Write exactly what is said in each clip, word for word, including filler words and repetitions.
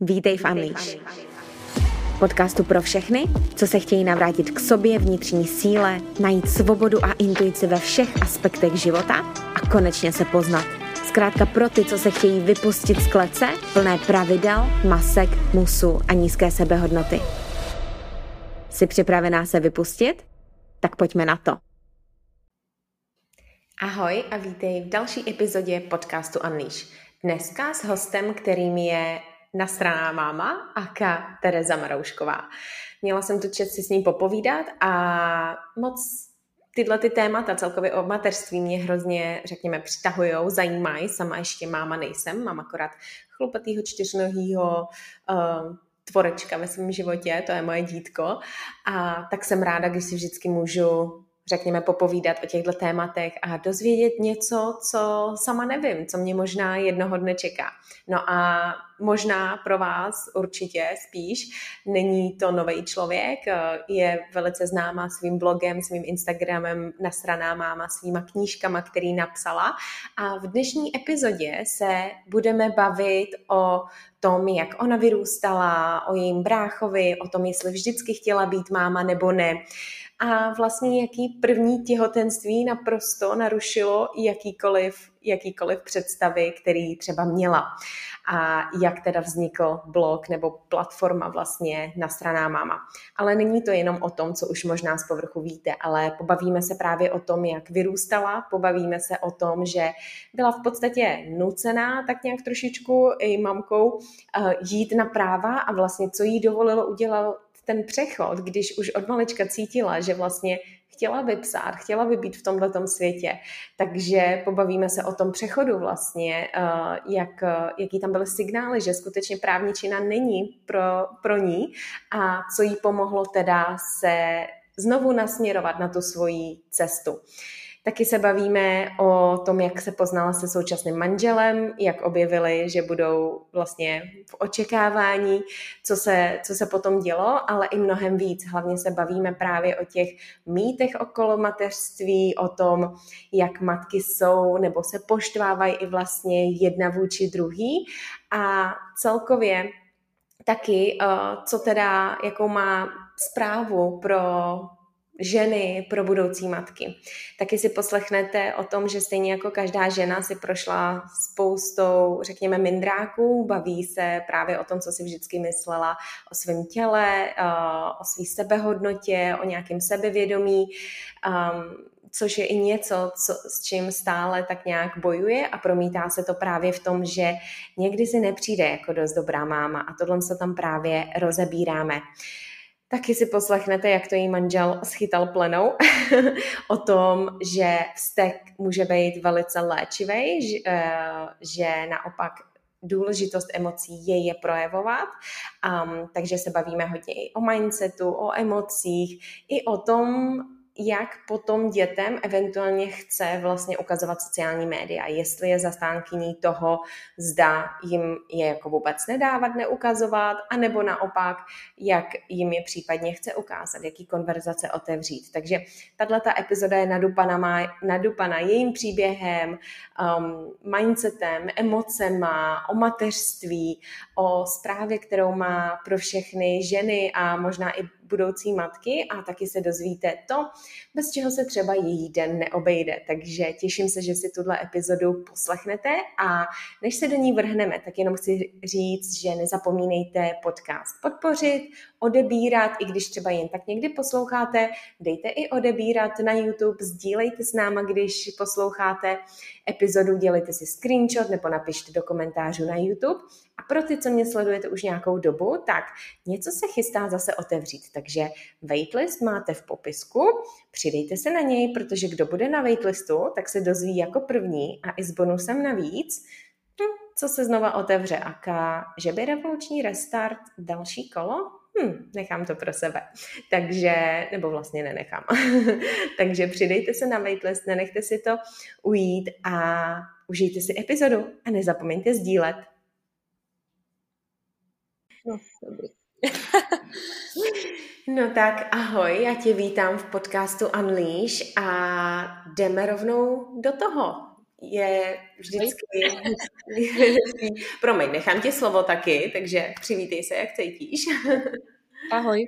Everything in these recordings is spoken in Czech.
Vítej v Unleash. Podcastu pro všechny, co se chtějí navrátit k sobě, vnitřní síle, najít svobodu a intuici ve všech aspektech života a konečně se poznat. Zkrátka pro ty, co se chtějí vypustit z klece, plné pravidel, masek, musu a nízké sebehodnoty. Jsi připravená se vypustit? Tak pojďme na to. Ahoj a vítej v další epizodě podcastu Unleash. Dneska s hostem, kterým je nasraná máma, aka Tereza Maroušková. Měla jsem tu čest si s ní popovídat a moc tyhle ty témata celkově o mateřství mě hrozně, řekněme, přitahujou, zajímají. Sama ještě máma nejsem, mám akorát chlupatýho čtyřnohýho uh, tvorečka ve svém životě, to je moje dítko. A tak jsem ráda, když si vždycky můžu, řekněme, popovídat o těchto tématech a dozvědět něco, co sama nevím, co mě možná jednoho dne čeká. No a možná pro vás určitě spíš není to nový člověk, je velice známá svým blogem, svým Instagramem, nasraná máma, svýma knížkama, který napsala. A v dnešní epizodě se budeme bavit o tom, jak ona vyrůstala, o jejím bráchovi, o tom, jestli vždycky chtěla být máma nebo ne. A vlastně jaký první těhotenství naprosto narušilo jakýkoliv, jakýkoliv představy, který třeba měla. A jak teda vznikl blog nebo platforma vlastně Nasraná máma. Ale není to jenom o tom, co už možná z povrchu víte, ale pobavíme se právě o tom, jak vyrůstala, pobavíme se o tom, že byla v podstatě nucená tak nějak trošičku i mamkou jít na práva a vlastně co jí dovolilo udělat ten přechod, když už od malička cítila, že vlastně chtěla by psát, chtěla by být v tomhletom světě. Takže pobavíme se o tom přechodu vlastně, jak, jaký tam byly signály, že skutečně právničina není pro, pro ní a co jí pomohlo teda se znovu nasměrovat na tu svoji cestu. Taky se bavíme o tom, jak se poznala se současným manželem, jak objevili, že budou vlastně v očekávání, co se, co se potom dělo, ale i mnohem víc. Hlavně se bavíme právě o těch mýtech okolo mateřství, o tom, jak matky jsou nebo se poštvávají i vlastně jedna vůči druhý a celkově taky, co teda, jakou má zprávu pro ženy, pro budoucí matky. Taky si poslechnete o tom, že stejně jako každá žena si prošla spoustou, řekněme, mindráků, baví se právě o tom, co si vždycky myslela o svém těle, o své sebehodnotě, o nějakém sebevědomí, což je i něco, co, s čím stále tak nějak bojuje a promítá se to právě v tom, že někdy si nepřijde jako dost dobrá máma a tohle se tam právě rozebíráme. Taky si poslechnete, jak to její manžel schytal plenou o tom, že vztek může být velice léčivý, že, že naopak důležitost emocí je je projevovat. Um, takže se bavíme hodně i o mindsetu, o emocích, i o tom, jak potom dětem eventuálně chce vlastně ukazovat sociální média. Jestli je zastánkyní toho, zda jim je jako vůbec nedávat, neukazovat, anebo naopak, jak jim je případně chce ukázat, jaký konverzace otevřít. Takže tato epizoda je nadupaná, nadupaná jejím příběhem, um, mindsetem, emocema, o mateřství, o zprávě, kterou má pro všechny ženy a možná i budoucí matky a taky se dozvíte to, bez čeho se třeba její den neobejde. Takže těším se, že si tuhle epizodu poslechnete a než se do ní vrhneme, tak jenom chci říct, že nezapomínejte podcast podpořit, odebírat, i když třeba jen tak někdy posloucháte, dejte i odebírat na YouTube, sdílejte s náma, když posloucháte epizodu, dělejte si screenshot nebo napište do komentářů na YouTube. A pro ty, co mě sledujete už nějakou dobu, tak něco se chystá zase otevřít. Takže waitlist máte v popisku, přidejte se na něj, protože kdo bude na waitlistu, tak se dozví jako první a i s bonusem navíc, co se znova otevře. Aka, že by revoluční restart, další kolo? Hm, nechám to pro sebe. Takže, nebo vlastně nenechám. Takže přidejte se na waitlist, nenechte si to ujít a užijte si epizodu a nezapomeňte sdílet. No, dobrý. No tak ahoj, já tě vítám v podcastu Unleash a jdeme rovnou do toho. je vždycky... Promiň, nechám ti slovo taky, takže přivítej se, jak cítíš. Ahoj.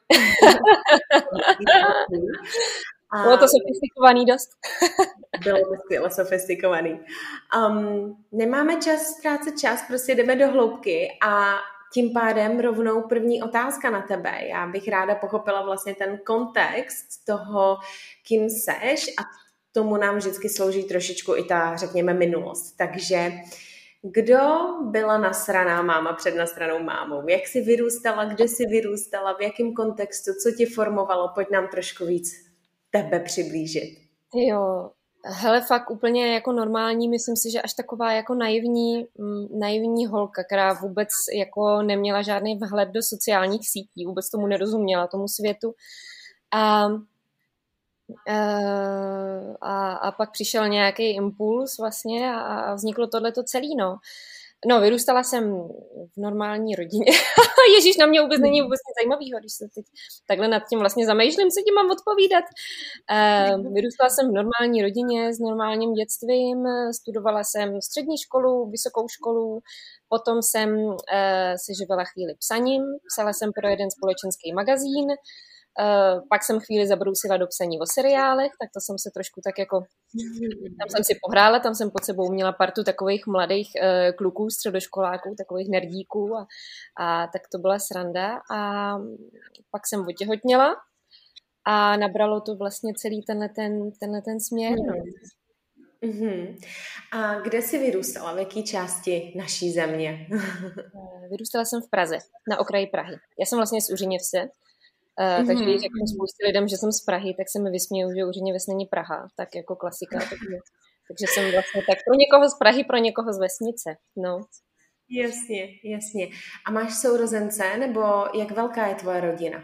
Bylo to sofistikovaný dost. Bylo to skvěle sofistikovaný. Um, nemáme čas ztrácet čas, prostě jdeme do hloubky a tím pádem rovnou první otázka na tebe. Já bych ráda pochopila vlastně ten kontext toho, kým seš, a tomu nám vždycky slouží trošičku i ta, řekněme, minulost. Takže kdo byla nasraná máma před nasranou mámou? Jak jsi vyrůstala, kde jsi vyrůstala, v jakém kontextu, co tě formovalo? Pojď nám trošku víc tebe přiblížit. Jo, hele, fakt úplně jako normální, myslím si, že až taková jako naivní, naivní holka, která vůbec jako neměla žádný vhled do sociálních sítí, vůbec tomu nerozuměla, tomu světu. A A, a pak přišel nějaký impuls vlastně a, a vzniklo tohleto celý, no. No, vyrůstala jsem v normální rodině. Ježíš, na mě vůbec není vůbec nic zajímavýho, když se teď takhle nad tím vlastně zamýšlím, co ti mám odpovídat. Uh, vyrůstala jsem v normální rodině s normálním dětstvím, studovala jsem střední školu, vysokou školu, potom jsem uh, se živila chvíli psaním, psala jsem pro jeden společenský magazín. Uh, pak jsem chvíli zabrousila do psaní o seriálech, tak to jsem se trošku tak jako, tam jsem si pohrála, tam jsem pod sebou měla partu takových mladých uh, kluků, středoškoláků, takových nerdíků a, a tak to byla sranda a pak jsem otěhotněla a nabralo to vlastně celý tenhle ten, tenhle ten směr. Mm-hmm. A kde jsi vyrůstala? V jaké části naší země? Vyrůstala jsem v Praze, na okraji Prahy. Já jsem vlastně z Uřiněvce. Uh, takže když řeknu spoustě lidem, že jsem z Prahy, tak se mi vysmějou, že Uřiněves není Praha, tak jako klasika. Takže, takže jsem vlastně tak pro někoho z Prahy, pro někoho z vesnice. No. Jasně, jasně. A máš sourozence, nebo jak velká je tvoje rodina?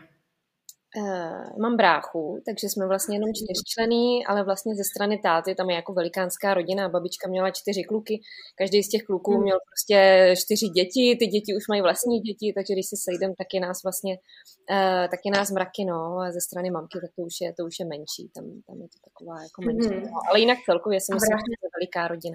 Uh, mám bráchu, takže jsme vlastně jenom čtyřčlenný, ale vlastně ze strany táty, tam je jako velikánská rodina, babička měla čtyři kluky, každý z těch kluků hmm. měl prostě čtyři děti, ty děti už mají vlastní děti, takže když se sejdem, tak je nás vlastně, uh, tak je nás mraky, no, a ze strany mamky, tak to už je, to už je menší, tam, tam je to taková jako menší, hmm. no, ale jinak celkově si myslím, že to je veliká rodina.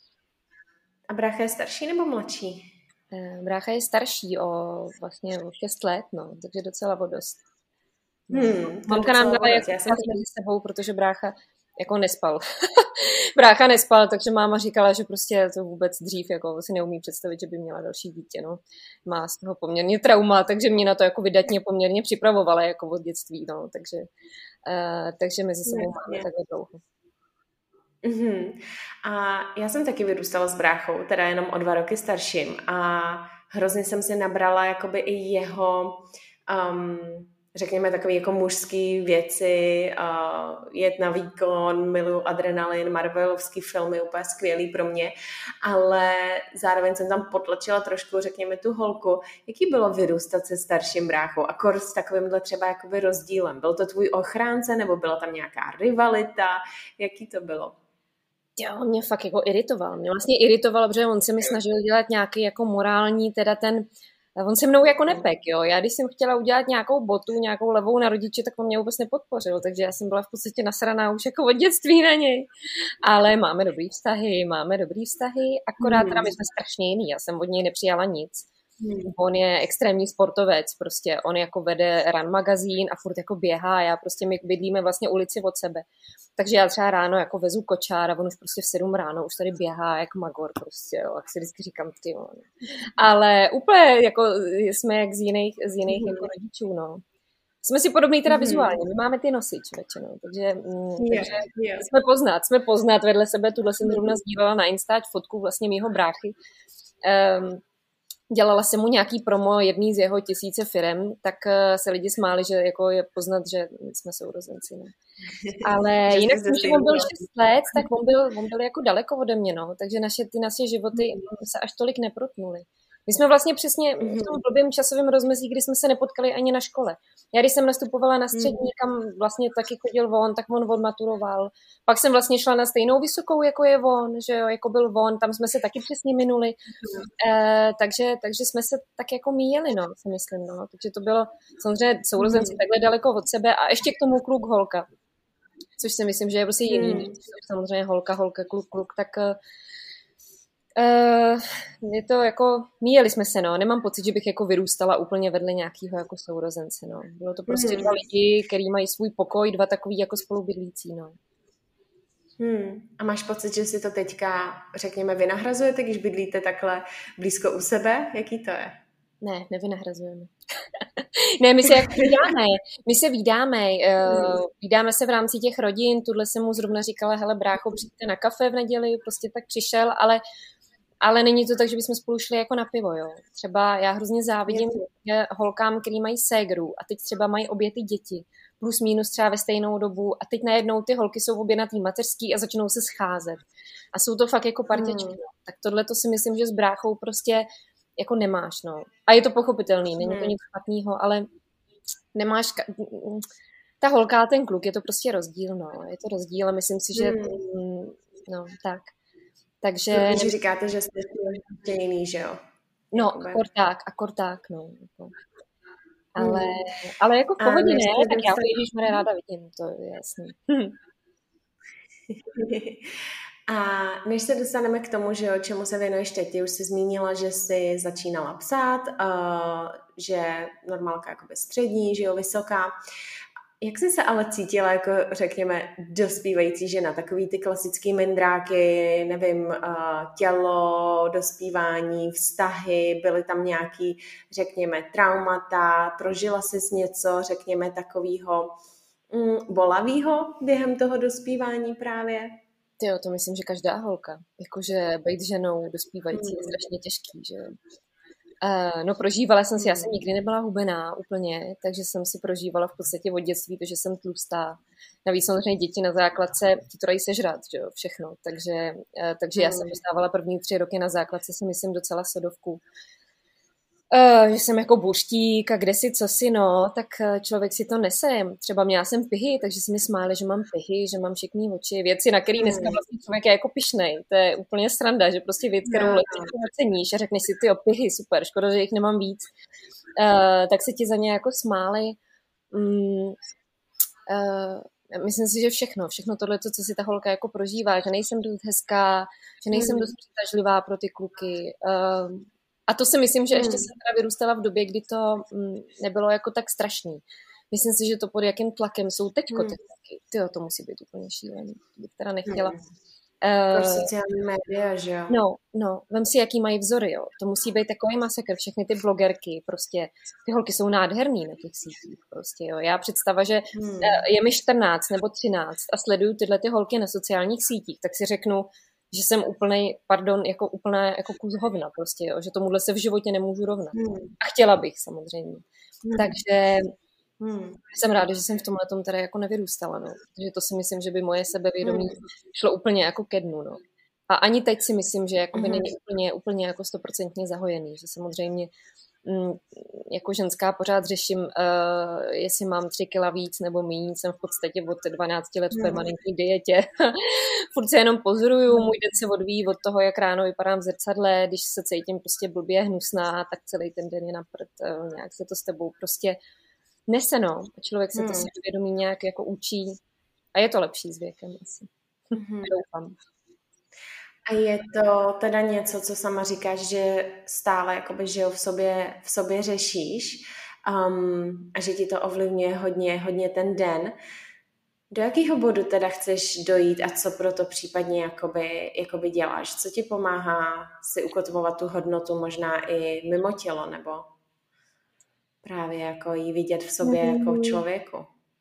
A brácha je starší nebo mladší? Uh, brácha je starší o vlastně o šest let, no, takže docela o dost. Hmm, Mamka nám dala jako já jsem s sebou, protože brácha jako nespal. Brácha nespal, takže máma říkala, že prostě to vůbec dřív jako si neumí představit, že by měla další dítě. No. Má z toho poměrně trauma, takže mě na to jako vydatně poměrně připravovala jako od dětství. No. Takže, uh, takže mezi sebou máme takhle dlouho. Mm-hmm. A já jsem taky vyrůstala s bráchou, teda jenom o dva roky starším. A hrozně jsem si nabrala jakoby i jeho... Um, řekněme, takové jako mužský věci, uh, jet na výkon, miluju adrenalin, marvelovský filmy, úplně skvělý pro mě, ale zároveň jsem tam potlačila trošku, řekněme, tu holku. Jaký bylo vyrůstat se starším bráchou? A kor s takovýmhle třeba jakoby rozdílem. Byl to tvůj ochránce, nebo byla tam nějaká rivalita? Jaký to bylo? Jo, mě fakt jako iritoval. Mě vlastně iritoval, protože on se mi snažil dělat nějaký jako morální, teda ten on se mnou jako nepek, jo. Já když jsem chtěla udělat nějakou botu, nějakou levou na rodiče, tak on mě vůbec nepodpořil, takže já jsem byla v podstatě nasraná už jako od dětství na něj. Ale máme dobrý vztahy, máme dobrý vztahy, akorát teda my jsme strašně jiný, já jsem od něj nepřijala nic. Hmm. On je extrémní sportovec, prostě on jako vede run magazín a furt jako běhá, já prostě my bydlíme vlastně ulici od sebe. Takže já třeba ráno jako vezu kočár a on už prostě v sedm ráno už tady běhá jak magor prostě, jo, jak si vždycky říkám, ty jo. Ale úplně jako jsme jak z jiných, z jiných hmm. jako rodičů, no. Jsme si podobný teda mm-hmm. vizuálně, my máme ty nosič většinou, takže, mm, yeah, takže yeah. jsme poznat, jsme poznat vedle sebe, tuhle jsem zrovna sdílela na Instač fotku vlastně mýho bráchy. Um, Dělala jsem mu nějaký promo jedný z jeho tisíce firem, tak se lidi smáli, že jako je poznat, že jsme sourozenci. Ne? Ale jinak, když on byl šest let, tak on byl, on byl jako daleko ode mě, no, takže naše, ty naše životy se až tolik neprotnuly. My jsme vlastně přesně v tom blbým časovém rozmezí, kdy jsme se nepotkali ani na škole. Já když jsem nastupovala na střední, kam vlastně taky chodil on, tak on odmaturoval. Pak jsem vlastně šla na stejnou vysokou, jako je on, že jo, jako byl on, tam jsme se taky přesně minuli. E, takže, takže jsme se tak jako míjeli, no, si myslím, no. Takže to bylo samozřejmě sourozenci takhle daleko od sebe a ještě k tomu kluk holka. což si myslím, že je prostě jiný. Hmm. Samozřejmě holka, holka, kluk, kluk, tak uh, je to jako, míjeli jsme se, no, nemám pocit, že bych jako vyrůstala úplně vedle nějakého jako sourozence, no. Bylo to prostě hmm. dva lidi, který mají svůj pokoj, dva takový jako spolubydlící, no. Hmm. A máš pocit, že si to teďka, řekněme, vynahrazujete, když bydlíte takhle blízko u sebe? Jaký to je? Ne, nevynahrazujeme. Ne, my se jako vídáme. My se vídáme. Uh, vídáme se v rámci těch rodin. Tudle jsem mu zrovna říkala, hele brácho, přijďte na kafe v neděli, prostě tak přišel, ale, ale není to tak, že bychom spolu šli jako na pivo, jo. Třeba já hrozně závidím holkám, který mají ségru a teď třeba mají obě ty děti, plus minus třeba ve stejnou dobu a teď najednou ty holky jsou obě na té mateřský a začnou se scházet. A jsou to fakt jako partěčky. Hmm. Tak tohle to si myslím, že s bráchou prostě jako nemáš, no. A je to pochopitelný, není to nic špatného, ale nemáš... Ka- ta holka a ten kluk, je to prostě rozdíl, no. Je to rozdíl a myslím si, že... Hmm. No, tak. Takže... Takže říkáte, že jste ještě jiný, že jo? No, akor tak, akor tak, no. Ale, hmm. ale jako v pohodě ne, tak já když mě ráda vidím, to je jasný. A než se dostaneme k tomu, že jo, čemu se věnuješ teď, ty už jsi zmínila, že jsi začínala psát, uh, že normálka jakoby střední, že jo, vysoká. Jak jsi se ale cítila jako, řekněme, dospívající žena? Takový ty klasický mindráky, nevím, uh, tělo, dospívání, vztahy, byly tam nějaký, řekněme, traumata, prožila jsi něco, řekněme, takového mm, bolavého během toho dospívání právě? Jo, to myslím, že každá holka. Jakože být ženou dospívající je strašně těžký, že jo. Uh, no prožívala jsem si, já jsem nikdy nebyla hubená úplně, takže jsem si prožívala v podstatě od dětství to, že jsem tlustá. Navíc samozřejmě děti na základce, ti to dají sežrat, že jo, všechno. Takže, uh, takže já jsem dostávala první tři roky na základce, si myslím, docela sodovku. Uh, že jsem jako buštík a kde si, co si, no, tak člověk si to nese. Třeba měla jsem pihy, takže si mi smáli, že mám pihy, že mám šikmý oči, věci, na který dneska vlastně člověk je jako pyšnej. To je úplně sranda, že prostě věc, kterou lepší oceníš a řekneš si, ty pihy, super, škoda, že jich nemám víc. Uh, tak se ti za ně jako smáli. Um, uh, myslím si, že všechno, všechno tohle, co si ta holka jako prožívá, že nejsem dost hezká, že nejsem dost přitažlivá pro ty kluky. Uh, A to si myslím, že ještě jsem teda vyrůstala v době, kdy to mm, nebylo jako tak strašný. Myslím si, že to pod jakým tlakem jsou teďko ty tlaky. Tyjo, to musí být úplně šílený. Bych teda nechtěla. Hmm. Uh, sociální média, že jo? No, no, vem si, jaký mají vzory, jo. To musí být takový masakr. Všechny ty blogerky, prostě, ty holky jsou nádherný na těch sítích, prostě, jo. Já představa, že hmm. je mi čtrnáct nebo třináct a sleduju tyhle ty holky na sociálních sítích, tak si řeknu, že jsem úplnej, pardon, jako úplná jako kus hovna prostě, jo, že tomuhle se v životě nemůžu rovnat. Hmm. A chtěla bych samozřejmě. Hmm. Takže hmm. jsem ráda, že jsem v tomhle tom teda jako nevyrůstala, no. Protože to si myslím, že by moje sebevědomí hmm. šlo úplně jako ke dnu, no. A ani teď si myslím, že jakoby hmm. není úplně, úplně jako stoprocentně zahojený, že samozřejmě mm, jako ženská pořád řeším, uh, jestli mám tři kila víc nebo míň, jsem v podstatě od dvanácti let v permanentní dietě. Furt se jenom pozoruju, můj den se odvíjí od toho, jak ráno vypadám v zrcadle, když se cítím prostě blbě hnusná, tak celý ten den je na prd, uh, nějak se to s tebou prostě nese, no. Člověk se to si vědomí nějak jako učí a je to lepší s věkem asi. Mm-hmm. Doufám. A je to teda něco, co sama říkáš, že stále jakoby, že v sobě, v sobě řešíš um, a že ti to ovlivňuje hodně, hodně ten den. Do jakého bodu teda chceš dojít a co pro to případně jakoby, jakoby děláš? Co ti pomáhá si ukotvovat tu hodnotu možná i mimo tělo nebo právě jako ji vidět v sobě mm-hmm. jako v člověku?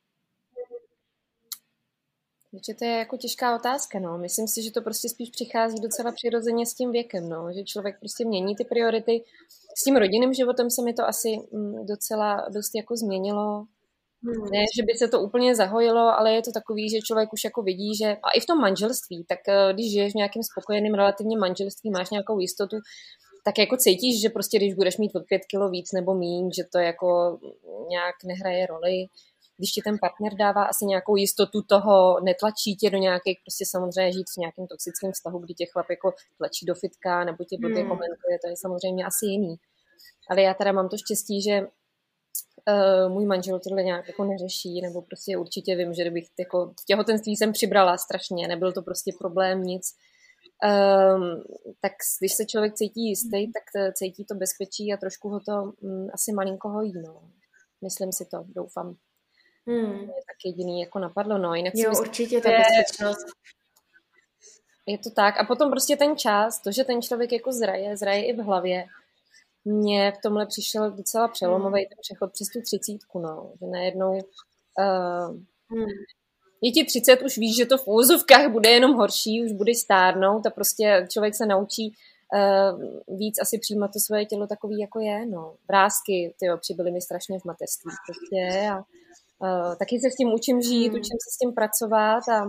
Takže to je jako těžká otázka, no. Myslím si, že to prostě spíš přichází docela přirozeně s tím věkem, no. Že člověk prostě mění ty priority. S tím rodinným životem se mi to asi mm, docela dost jako změnilo. Hmm. Ne, že by se to úplně zahojilo, ale je to takový, že člověk už jako vidí, že a i v tom manželství, tak když žiješ v nějakým spokojeným relativně manželství, máš nějakou jistotu, tak jako cítíš, že prostě když budeš mít od pět kilo víc nebo míň, že to jako nějak nehraje roli. Když ti ten partner dává asi nějakou jistotu toho, netlačí tě do nějakých, prostě samozřejmě žít v nějakém toxickém vztahu, kdy tě chlap jako tlačí do fitka nebo tě blbě hmm. komentuje, to je samozřejmě asi jiný. Ale já teda mám to štěstí, že uh, můj manžel tohle nějak jako neřeší, nebo prostě určitě vím, že kdybych jako těhotenství jsem přibrala strašně, nebyl to prostě problém, nic. Um, tak když se člověk cítí jistý, tak cítí to bezpečí a trošku ho to um, asi malinko hojí, no. Myslím si to, doufám. Hmm. To je tak jediný jako napadlo, no. Jinak jo, si určitě ta bezpečnost. Je to tak. A potom prostě ten čas, to, že ten člověk jako zraje, zraje i v hlavě, mně v tomhle přišel docela přelomový hmm. ten přechod přes tu třicítku, no. Že najednou uh, hmm. je ti třicet, už víš, že to v úvozovkách bude jenom horší, už bude stárnout a prostě člověk se naučí uh, víc asi přijímat to svoje tělo takový, jako je, no. Vrásky, tyjo, přibyly mi strašně v mateřství prostě a uh, taky se s tím učím žít, hmm. učím se s tím pracovat a,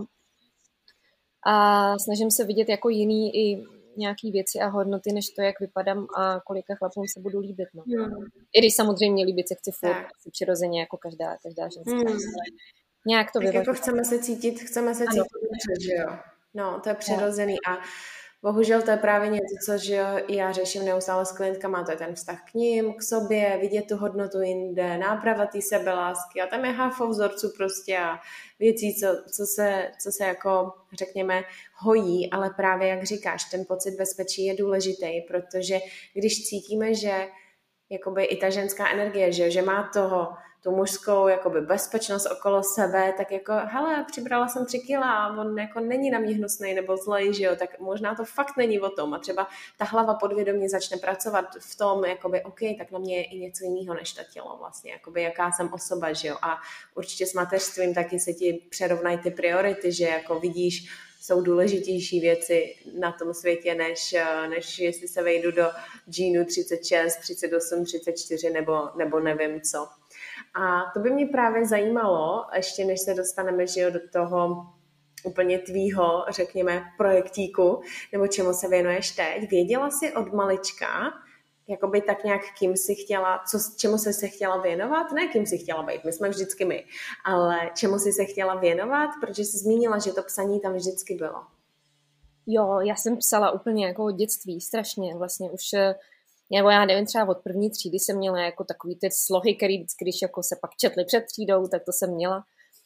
a snažím se vidět jako jiný i nějaký věci a hodnoty, než to, jak vypadám a kolika chlapům se budu líbit, no. Hmm. I když samozřejmě líbit se chci furt, asi přirozeně jako každá, každá ženská. Hmm. Nějak to tak jako chceme se cítit, chceme se cítit dobře, že jo. No, to je přirozený a bohužel to je právě něco, co že jo, já řeším neustále s klientkama, to je ten vztah k ním, k sobě, vidět tu hodnotu jinde, náprava té sebelásky a tam je háfo vzorců prostě a věcí, co, co, se, co se jako, řekněme, hojí, ale právě jak říkáš, ten pocit bezpečí je důležitý, protože když cítíme, že jakoby i ta ženská energie, že, že má toho, tu mužskou jakoby bezpečnost okolo sebe, tak jako, hele, přibrala jsem tři kila a on jako není na mě hnusnej nebo zlej, že jo, tak možná to fakt není o tom a třeba ta hlava podvědomě začne pracovat v tom, jakoby, OK, tak na mě je i něco jiného než to tělo vlastně, jakoby, jaká jsem osoba, že jo, a určitě s mateřstvím taky se ti přerovnají ty priority, že jako vidíš, jsou důležitější věci na tom světě, než, než jestli se vejdu do džínu třicet šest, třicet osm, třicet čtyři nebo, nebo nevím co. A to by mě právě zajímalo, ještě než se dostaneme že jo, do toho úplně tvýho, řekněme, projektíku, nebo čemu se věnuješ teď. Věděla jsi od malička, jakoby tak nějak, kým jsi chtěla, co, čemu jsi se chtěla věnovat? Ne, kým jsi chtěla být, my jsme vždycky my, ale čemu jsi se chtěla věnovat, protože jsi zmínila, že to psaní tam vždycky bylo. Jo, já jsem psala úplně jako od dětství, strašně, vlastně už, nebo já nevím, třeba od první třídy jsem měla jako takový ty slohy, který vždycky, když jako se pak četly před třídou, tak to jsem měla.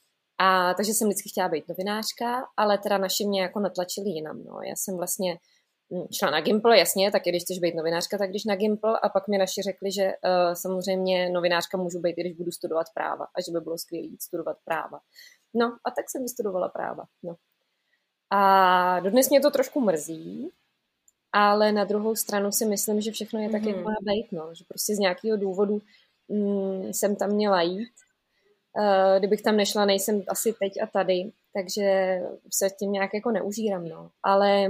A takže jsem vždycky chtěla být novinářka, ale teda naši mě jako natlačili jinam, no. Já jsem vlastně šla na Gimpl, jasně, tak když chceš být novinářka, tak když na Gimpl, a pak mi naši řekli, že uh, samozřejmě novinářka můžu být, i když budu studovat práva a že by bylo skvělé jít studovat práva. No a tak jsem vystudovala práva, no. A dodnes mě to trošku mrzí, ale na druhou stranu si myslím, že všechno je tak, mm-hmm. jak má být, no. Že prostě z nějakého důvodu mm, jsem tam měla jít. Uh, kdybych tam nešla, nejsem asi teď a tady, takže se tím nějak jako neužírám, no. Ale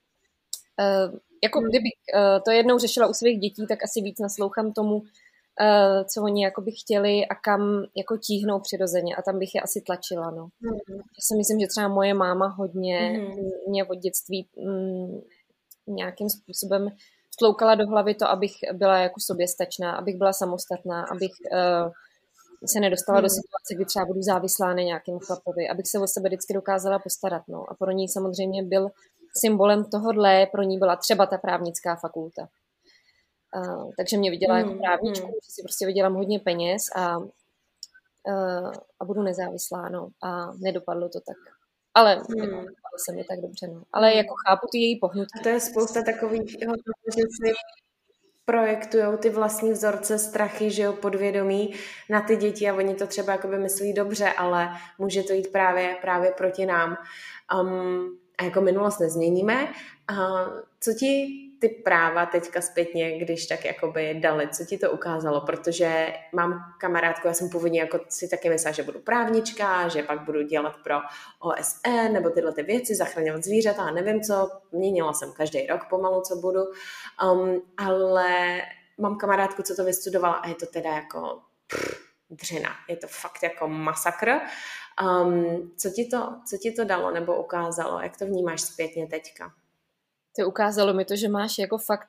uh, jako kdybych uh, to jednou řešila u svých dětí, tak asi víc naslouchám tomu, uh, co oni jakoby chtěli a kam jako tíhnou přirozeně a tam bych je asi tlačila, no. Mm. Já si myslím, že třeba moje máma hodně mm. mě od dětství mm, nějakým způsobem vtloukala do hlavy to, abych byla jako soběstačná, abych byla samostatná, abych uh, se nedostala hmm. do situace, kdy třeba budu závislá na nějakém chlapovi, abych se o sebe vždycky dokázala postarat. No. A pro ní samozřejmě byl symbolem tohodle, pro ní byla třeba ta právnická fakulta. Uh, takže mě viděla hmm. jako právničku, hmm. že si prostě vydělám hodně peněz a, uh, a budu nezávislá. No. A nedopadlo to tak. Ale hmm. nedopadlo se mi tak dobře. No. Ale jako chápu ty její pohnutky. A to je spousta takových, že si projektujou ty vlastní vzorce, strachy, že jo, podvědomí na ty děti a oni to třeba jakoby myslí dobře, ale může to jít právě, právě proti nám. Um, a jako minulost nezměníme. Uh, co ti ty práva teďka zpětně, když tak jakoby dali, co ti to ukázalo? Protože mám kamarádku, já jsem původně jako si taky myslela, že budu právnička, že pak budu dělat pro O S N nebo tyhle ty věci, zachraňovat zvířata a nevím co, měnila jsem každý rok pomalu, co budu, um, ale mám kamarádku, co to vystudovala a je to teda jako pff, dřina, je to fakt jako masakr. Um, co ti to, co ti to dalo nebo ukázalo? Jak to vnímáš zpětně teďka? To ukázalo mi to, že máš jako fakt,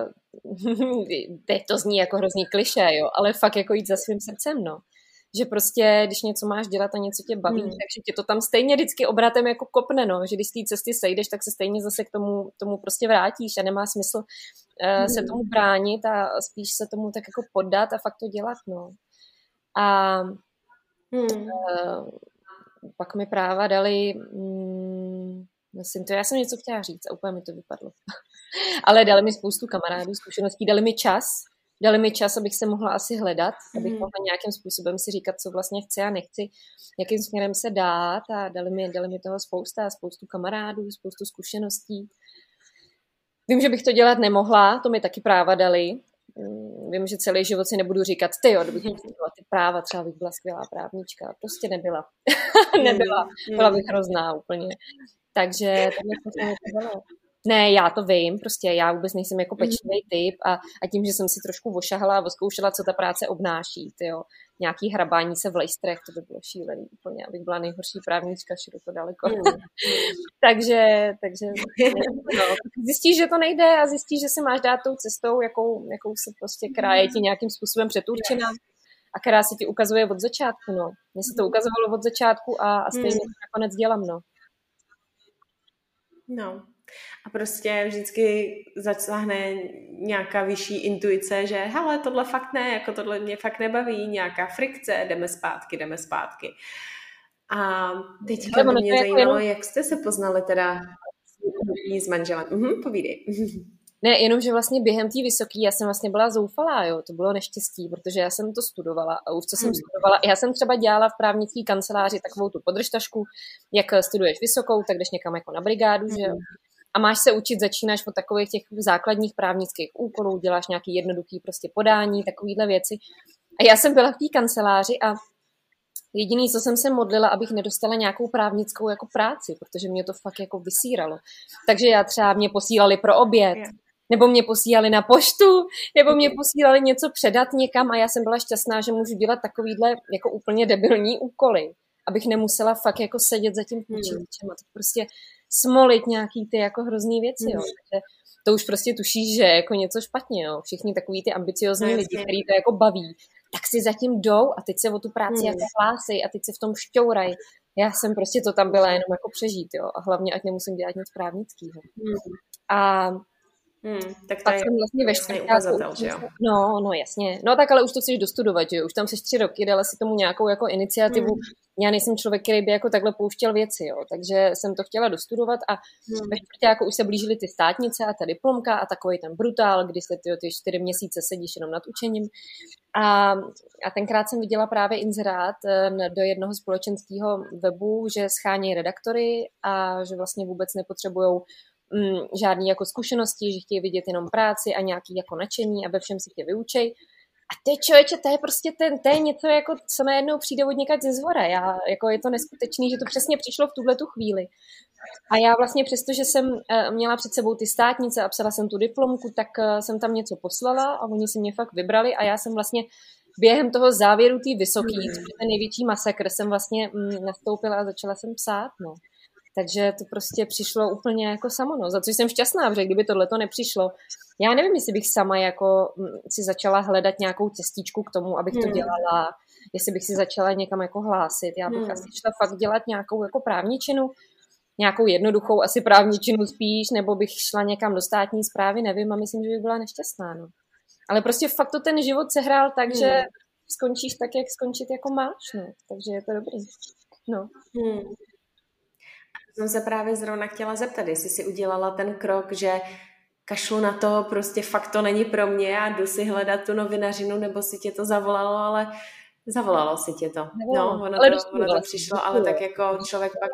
teď to zní jako hrozný klišé, jo, ale fakt jako jít za svým srdcem, no. Že prostě, když něco máš dělat a něco tě baví, hmm. takže tě to tam stejně vždycky obratem jako kopne, no. Že když z té cesty sejdeš, tak se stejně zase k tomu, tomu prostě vrátíš a nemá smysl uh, hmm. se tomu bránit a spíš se tomu tak jako poddat a fakt to dělat, no. A Hmm. uh, pak mi práva dali, mm, myslím to, já jsem něco chtěla říct a úplně mi to vypadlo. Ale dali mi spoustu kamarádů, zkušeností, dali mi čas, dali mi čas, abych se mohla asi hledat, abych Mhm. mohla nějakým způsobem si říkat, co vlastně chci a nechci, jakým směrem se dát a dali mi, dali mi toho spousta, spoustu kamarádů, spoustu zkušeností. Vím, že bych to dělat nemohla, to mi taky práva dali. Mm, Vím, že celý život si nebudu říkat, ty jo, kdybych měla ty práva, třeba bych byla skvělá právnička. Prostě nebyla. Nebyla. Byla bych hrozná úplně. Takže takhle jsem se mi to dalo. Ne, já to vím, prostě já vůbec nejsem jako pečlivý typ a, a tím, že jsem si trošku ošahala a oskoušela, co ta práce obnáší, tyjo. Nějaký hrabání se v lejstrech, to by bylo šílený úplně, abych byla nejhorší právnička široko daleko. Mm. takže, takže no, zjistíš, že to nejde a zjistíš, že si máš dát tou cestou, jakou, jakou se prostě kraje ti nějakým způsobem předurčená a která se ti ukazuje od začátku, no. Mně se to ukazovalo od začátku a, a stejně to nakonec dělám, no. No. A prostě vždycky zasáhne nějaká vyšší intuice, že hele, tohle fakt ne, jako tohle mě fakt nebaví, nějaká frikce, jdeme zpátky, jdeme zpátky. A teďka by mě zajímalo, jak jste se poznali teda s manželem. Mhm, povídej. Ne, jenom, že vlastně během té vysoký já jsem vlastně byla zoufalá, jo, to bylo neštěstí, protože já jsem to studovala a už co jsem studovala, já jsem třeba dělala v právnické kanceláři takovou tu podržtašku, jak studuješ vysokou, tak jdeš někam jako na brigádu, že jo, a máš se učit, začínáš od takových těch základních právnických úkolů, děláš nějaký jednoduchý prostě podání, takovýhle věci. A já jsem byla v té kanceláři a jediný, co jsem se modlila, abych nedostala nějakou právnickou jako práci, protože mě to fakt jako vysíralo. Takže já třeba mě posílali pro oběd, nebo mě posílali na poštu, nebo mě posílali něco předat někam a já jsem byla šťastná, že můžu dělat takovýhle jako úplně debilní úkoly, abych nemusela fakt jako sedět za tím počítačem a to prostě smolit nějaký ty jako hrozný věci, jo. Takže to už prostě tušíš, že jako něco špatně, jo. Všichni takový ty ambiciozní lidi, který to jako baví, tak si zatím jdou a teď se o tu práci jako hlásej a teď se v tom šťouraj. Já jsem prostě to tam byla jenom jako přežít, jo. A hlavně, ať nemusím dělat nic právnického. A Hmm, tak to pak je jsem vlastně ve čtvrtáku. Že jo? No, no jasně. No tak ale už to chceš dostudovat, že jo? Už tam seš tři roky, dala si tomu nějakou jako iniciativu. Hmm. Já nejsem člověk, který by jako takhle pouštěl věci, jo. Takže jsem to chtěla dostudovat a hmm. ve čtvrtáku už se blížily ty státnice a ta diplomka a takový ten brutál, kdy se ty, ty čtyři měsíce sedíš jenom nad učením. A, a tenkrát jsem viděla právě inzerát do jednoho společenského webu, že schánějí redaktory a že vlastně vůbec nepotřebujou Mm, žádný jako zkušenosti, že chtějí vidět jenom práci a nějaký jako nadšení a ve všem si tě vyučej. A ty člověče, to je prostě ten, to je něco, jako, co najednou přijde od někať ze zvora. Já, jako je to neskutečný, že to přesně přišlo v tuhletu chvíli. A já vlastně přesto, že jsem uh, měla před sebou ty státnice a psala jsem tu diplomku, tak uh, jsem tam něco poslala a oni si mě fakt vybrali a já jsem vlastně během toho závěru té vysoký, což je ten největší masakr, jsem vlastně mm, nastoupila a začala jsem psát, no. Takže to prostě přišlo úplně jako samo, no, za co jsem šťastná, protože kdyby tohleto nepřišlo, já nevím, jestli bych sama jako si začala hledat nějakou cestičku k tomu, abych to dělala, jestli bych si začala někam jako hlásit, já bych hmm. asi šla fakt dělat nějakou jako právničinu, nějakou jednoduchou asi právničinu spíš, nebo bych šla někam do státní správy, nevím, a myslím, že bych byla nešťastná, no. Ale prostě fakt to ten život sehrál tak, hmm. že skončíš tak, jak skončit jako máš, no, takže je to dobrý, no. Hmm. Jsem se právě zrovna chtěla zeptat, jestli si udělala ten krok, že kašlu na to, prostě fakt to není pro mě a jdu si hledat tu novinařinu, nebo si tě to zavolalo, ale zavolalo si tě to. No, ono to, ono to přišlo, ale tak jako člověk pak...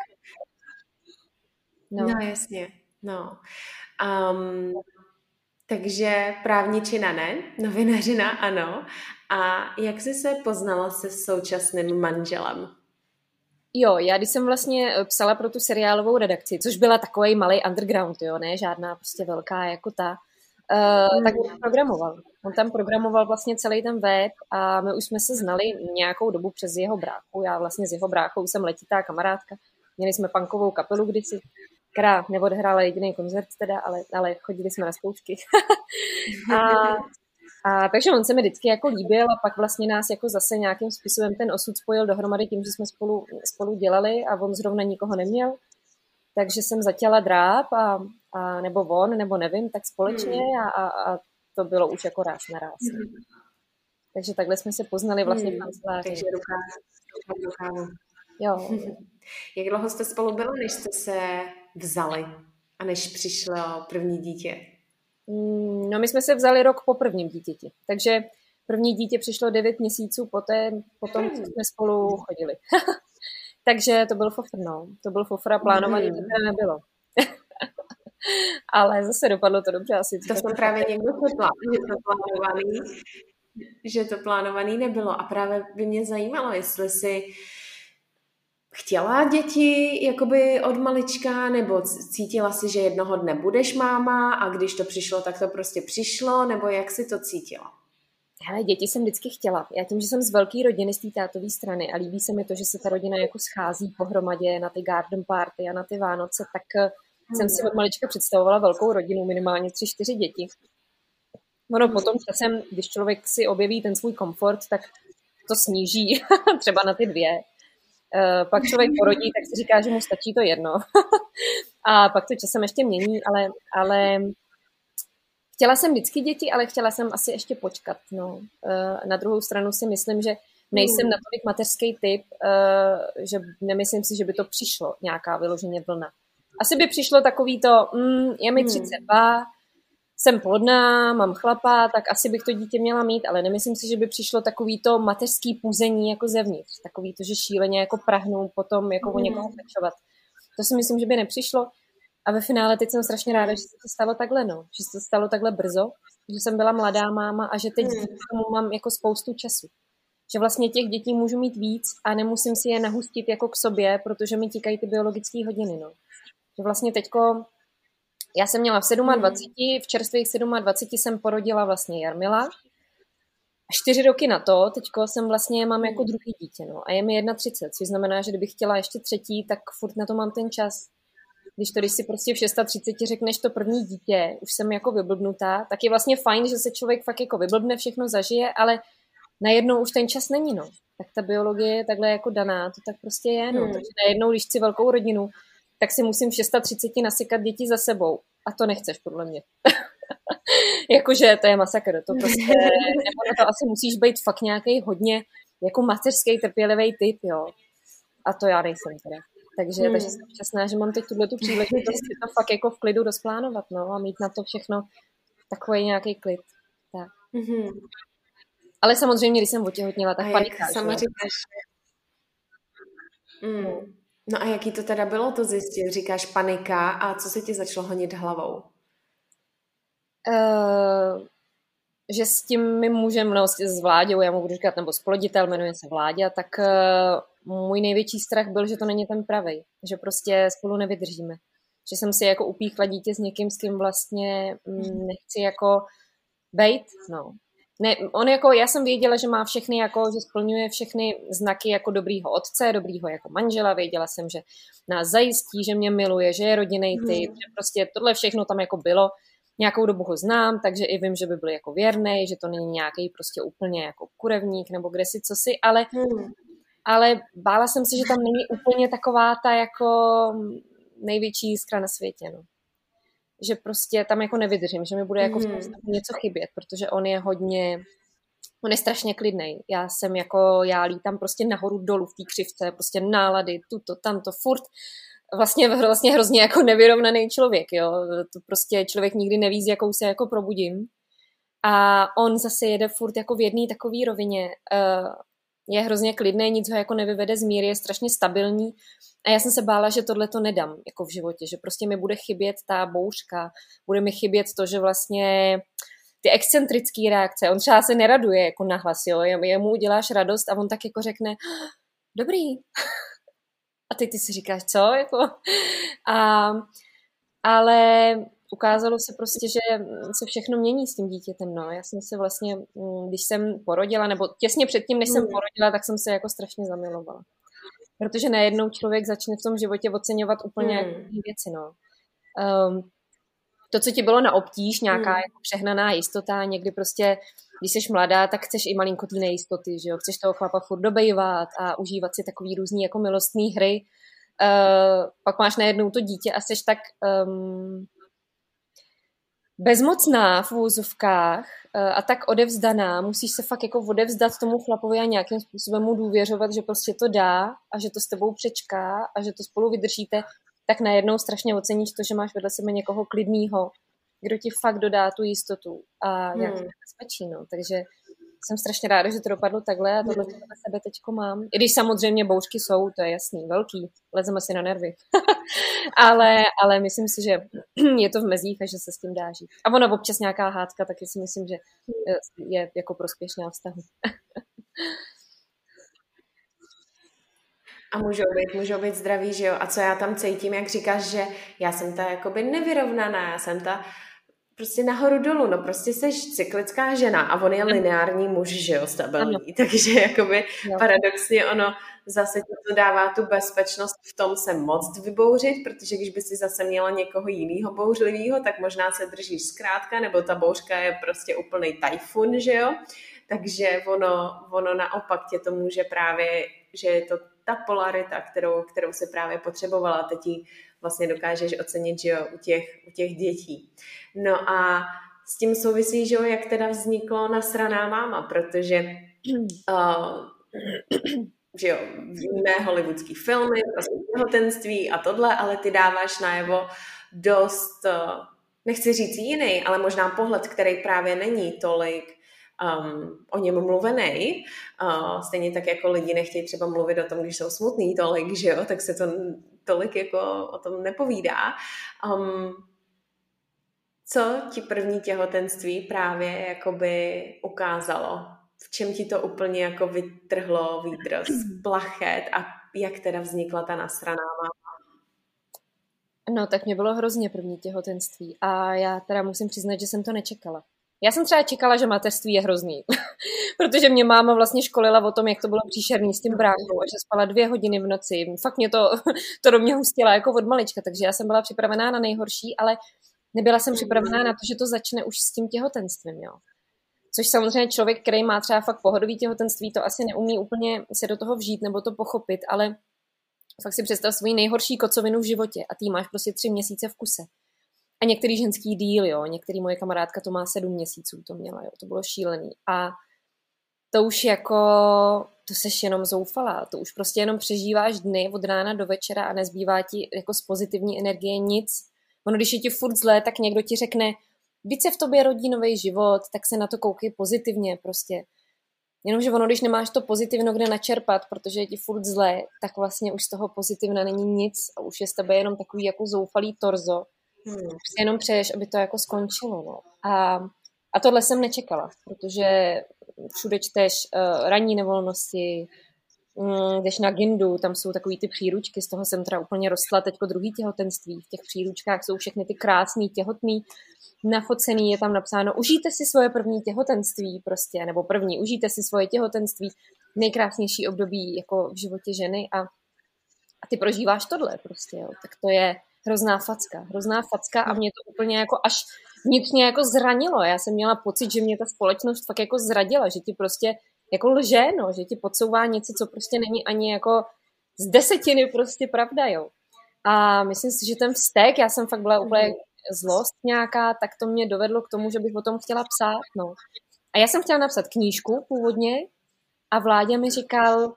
No, no jasně, no. Um, takže právničina ne, novinařina ano. A jak jsi se poznala se současným manželem? Jo, já když jsem vlastně psala pro tu seriálovou redakci, což byla takovej malej underground, jo, ne, žádná prostě velká jako ta, uh, tak on programoval. On tam programoval vlastně celý ten web a my už jsme se znali nějakou dobu přes jeho bráchu. Já vlastně s jeho bráchou jsem letitá kamarádka. Měli jsme punkovou kapelu kdysi, která neodehrála jediný koncert teda, ale, ale chodili jsme na zkoušky. a A takže on se mi vždycky jako líbil a pak vlastně nás jako zase nějakým způsobem ten osud spojil dohromady tím, že jsme spolu, spolu dělali a on zrovna nikoho neměl. Takže jsem zatěla dráp a, a nebo on, nebo nevím, tak společně a, a, a to bylo už jako ráz na ráz. Takže takhle jsme se poznali vlastně v Hmm, kanceláři. takže ruka do kávu. Jo. Jak dlouho jste spolu byli, než jste se vzali a než přišlo první dítě? Mm, No my jsme se vzali rok po prvním dítěti, takže první dítě přišlo devět měsíců poté, potom, co jsme spolu chodili. Takže to byl fofr, no. To byl fofr a plánovaný to teda nebylo. Ale zase dopadlo to dobře asi. To jsem právě někdo četla, že to plánovaný, že to plánovaný nebylo. A právě by mě zajímalo, jestli si chtěla děti jakoby od malička, nebo cítila si, že jednoho dne budeš máma a když to přišlo, tak to prostě přišlo, nebo jak si to cítila? Hele, děti jsem vždycky chtěla. Já tím, že jsem z velké rodiny, z té tátové strany a líbí se mi to, že se ta rodina jako schází pohromadě na ty garden party a na ty Vánoce, tak hmm. jsem si od malička představovala velkou rodinu, minimálně tři, čtyři děti. Ono potom časem, když člověk si objeví ten svůj komfort, tak to sníží třeba na ty dvě. Uh, pak člověk porodí, tak si říká, že mu stačí to jedno. A pak to časem ještě mění, ale, ale chtěla jsem vždycky děti, ale chtěla jsem asi ještě počkat. No. Uh, na druhou stranu si myslím, že nejsem natolik mateřský typ, uh, že nemyslím si, že by to přišlo nějaká vyloženě vlna. Asi by přišlo takový to, mm, je mi třicet dva, jsem plodná, mám chlapa, tak asi bych to dítě měla mít, ale nemyslím si, že by přišlo takový to mateřský puzení jako zevnitř. Takový to, že šíleně jako prahnou potom jako o někoho pečovat. To si myslím, že by nepřišlo. A ve finále teď jsem strašně ráda, že se to stalo takhle, no. Že se to stalo takhle brzo, že jsem byla mladá máma a že teď díky tomu mám jako spoustu času. Že vlastně těch dětí můžu mít víc a nemusím si je nahustit jako k sobě, protože mi tíkají ty biologické hodiny, no. Že vlastně teďko já jsem měla v dvaceti sedmi, v čerstvých dvaceti sedmi jsem porodila vlastně Jarmila. A čtyři roky na to, teďko jsem vlastně mám jako druhý dítě, no. A je mi třicet jedna, což znamená, že kdybych chtěla ještě třetí, tak furt na to mám ten čas. Když to, když si prostě v třiceti šesti řekneš to první dítě, už jsem jako vyblbnutá, tak je vlastně fajn, že se člověk fakt jako vyblbne, všechno zažije, ale najednou už ten čas není, no. Tak ta biologie je takhle jako daná, to tak prostě je, no. Hmm. Takže najednou, když chci velkou rodinu, tak si musím v třiceti šesti nasykat děti za sebou. A to nechceš, podle mě. Jakože to je masakr. To prostě, nebo na to asi musíš být fakt nějaký hodně jako mateřský, trpělivý typ, jo. A to já nejsem teda. Takže, hmm. takže jsem šťastná, že mám teď tuhletu příležitost to fakt jako v klidu rozplánovat, no, a mít na to všechno takový nějaký klid. Tak. Hmm. Ale samozřejmě, když jsem otěhotněla, tak panika. Sama říkáš. Hmm. No a jaký to teda bylo to zjistit? Říkáš panika a co se ti začalo honit hlavou? Uh, že s tím mým mužem, no, s Vláďou, já mohu říkat, nebo sploditel, jmenuje se Vláďa, tak uh, můj největší strach byl, že to není ten pravej. Že prostě spolu nevydržíme. Že jsem si jako upíchla dítě s někým, s kým vlastně mm, nechci jako bejt, no. Ne, on jako, já jsem věděla, že má všechny, jako, že splňuje všechny znaky jako dobrýho otce, dobrýho jako manžela, věděla jsem, že nás zajistí, že mě miluje, že je rodinný typ, mm. že prostě tohle všechno tam jako bylo. Nějakou dobu ho znám, takže i vím, že by byl jako věrný, že to není nějaký prostě úplně jako kurevník nebo kde si co si, ale, mm. ale bála jsem se, že tam není úplně taková ta jako největší jiskra na světě, no. Že prostě tam jako nevydržím, že mi bude jako mm. něco chybět, protože on je hodně, on je strašně klidnej. Já jsem jako, já lítám prostě nahoru dolů v té křivce, prostě nálady, tuto, tamto, furt. Vlastně, vlastně hrozně jako nevyrovnaný člověk, jo. To prostě člověk nikdy neví, s jakou se jako probudím. A on zase jede furt jako v jedné takové rovině. Je hrozně klidný, nic ho jako nevyvede z míry, je strašně stabilní. A já jsem se bála, že tohle to nedám jako v životě, že prostě mi bude chybět ta bouřka, bude mi chybět to, že vlastně ty excentrické reakce, on třeba se neraduje jako nahlas, jo, jemu uděláš radost a on tak jako řekne, dobrý. A ty ty si říkáš, co? Jako? A, ale ukázalo se prostě, že se všechno mění s tím dítětem, no. Já jsem se vlastně, když jsem porodila, nebo těsně předtím, než jsem porodila, tak jsem se jako strašně zamilovala. Protože najednou člověk začne v tom životě oceňovat úplně hmm. jako věci, no. Um, to, co ti bylo na obtíž, nějaká hmm. jako přehnaná jistota, někdy prostě, když jsi mladá, tak chceš i malinko té nejistoty, že jo, chceš toho chlapa furt dobejvat a užívat si takový různý jako milostný hry. Uh, pak máš najednou to dítě a seš tak um, bezmocná v úvozovkách a tak odevzdaná, musíš se fakt jako odevzdat tomu chlapovi a nějakým způsobem mu důvěřovat, že prostě to dá a že to s tebou přečká a že to spolu vydržíte, tak najednou strašně oceníš to, že máš vedle sebe někoho klidného, kdo ti fakt dodá tu jistotu a Hmm. nějaký bezpečí, no. Takže jsem strašně ráda, že to dopadlo takhle a tohle hmm. na sebe teďko mám. I když samozřejmě bouřky jsou, to je jasný, velký, lezeme si na nervy. ale, ale myslím si, že je to v mezích a že se s tím dá žít. A ono občas nějaká hádka, taky si myslím, že je jako prospěšná vztahu. A můžou být, můžou být zdraví, že jo? A co já tam cítím, jak říkáš, že já jsem ta jakoby nevyrovnaná, já jsem ta prostě nahoru dolů, no prostě seš cyklická žena a on je lineární muž, že jo, stabilní, ano. Takže jakoby jo. Paradoxně ono zase ti to dává tu bezpečnost v tom se moc vybouřit, protože když by si zase měla někoho jinýho bouřlivýho, tak možná se držíš zkrátka, nebo ta bouřka je prostě úplný tajfun, že jo, takže ono, ono naopak tě to může právě, že je to ta polarita, kterou, kterou si právě potřebovala, teď ji vlastně dokážeš ocenit, že jo, u těch, u těch dětí. No a s tím souvisí, že jo, jak teda vzniklo Nasraná máma, protože uh, že jo, víme hollywoodský filmy, prostě těhotenství a tohle, ale ty dáváš najevo dost, uh, nechci říct jiný, ale možná pohled, který právě není tolik Um, o něm mluvený. Uh, stejně tak jako lidi nechtějí třeba mluvit o tom, když jsou smutný tolik, že jo, tak se to tolik jako o tom nepovídá. Um, co ti první těhotenství právě jakoby ukázalo? V čem ti to úplně jako vytrhlo výdr z plachet a jak teda vznikla ta nasraná máma? No, tak mě bylo hrozně první těhotenství a já teda musím přiznat, že jsem to nečekala. Já jsem třeba čekala, že mateřství je hrozný, protože mě máma vlastně školila o tom, jak to bylo příšerný s tím bráchou a že spala dvě hodiny v noci. Fakt mě to, to do mě hustila jako od malička, takže já jsem byla připravená na nejhorší, ale nebyla jsem připravená na to, že to začne už s tím těhotenstvím, jo. Což samozřejmě člověk, který má třeba fakt pohodový těhotenství, to asi neumí úplně se do toho vžít nebo to pochopit, ale fakt si představ svou nejhorší kocovinu v životě a ty máš prostě tři měsíce v kuse. A některý ženský díl, jo, některý moje kamarádka to má sedm měsíců, to měla, jo, to bylo šílený. A to už jako, to seš jenom zoufalá, to už prostě jenom přežíváš dny od rána do večera a nezbývá ti jako z pozitivní energie nic. Ono, když je ti furt zlé, tak někdo ti řekne, když se v tobě rodí nový život, tak se na to koukej pozitivně prostě. Jenomže ono, když nemáš to pozitivno kde načerpat, protože je ti furt zlé, tak vlastně už z toho pozitivna není nic a už je z tebe jenom takový jako zoufalý torzo. Hmm. Prostě jenom přeješ, aby to jako skončilo. No. A, a tohle jsem nečekala, protože všude čteš uh, ranní nevolnosti, um, jdeš na Gindu, tam jsou takový ty příručky, z toho jsem teda úplně rostla teďko druhý těhotenství. V těch příručkách jsou všechny ty krásný, těhotný, nafocený, je tam napsáno, užijte si svoje první těhotenství prostě, nebo první, užijte si svoje těhotenství, nejkrásnější období jako v životě ženy a, a ty prožíváš tohle prostě, jo. Tak to je hrozná facka, hrozná facka a mě to úplně jako až vnitřně jako zranilo. Já jsem měla pocit, že mě ta společnost fakt jako zradila, že ti prostě jako lže, no, že ti podsouvá něco, co prostě není ani jako z desetiny prostě pravda, jo. A myslím si, že ten vztek, já jsem fakt byla úplně zlost nějaká, tak to mě dovedlo k tomu, že bych o tom chtěla psát, no. A já jsem chtěla napsat knížku původně a Vláďa mi říkal,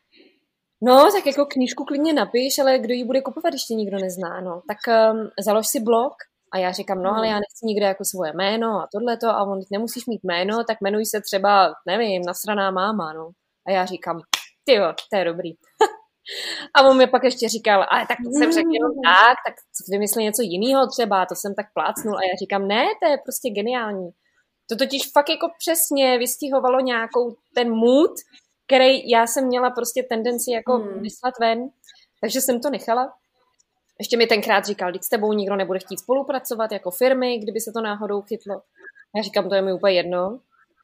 no, tak jako knížku klidně napiš, ale kdo ji bude kupovat, ještě nikdo nezná, no. Tak um, založ si blog a já říkám, no, ale já nechci nikde jako svoje jméno a tohleto a on nemusíš mít jméno, tak jmenuj se třeba, nevím, Nasraná máma, no. A já říkám, tyjo, to je dobrý. A on mi pak ještě říkal, ale tak to jsem řekl jenom tak, tak vymysli něco jiného třeba, to jsem tak plácnul a já říkám, ne, to je prostě geniální. To totiž fakt jako přesně vystihovalo nějakou ten mood, který já jsem měla prostě tendenci jako hmm. vyslat ven, takže jsem to nechala. Ještě mi tenkrát říkal, když s tebou nikdo nebude chtít spolupracovat jako firmy, kdyby se to náhodou chytlo. Já říkám, to je mi úplně jedno.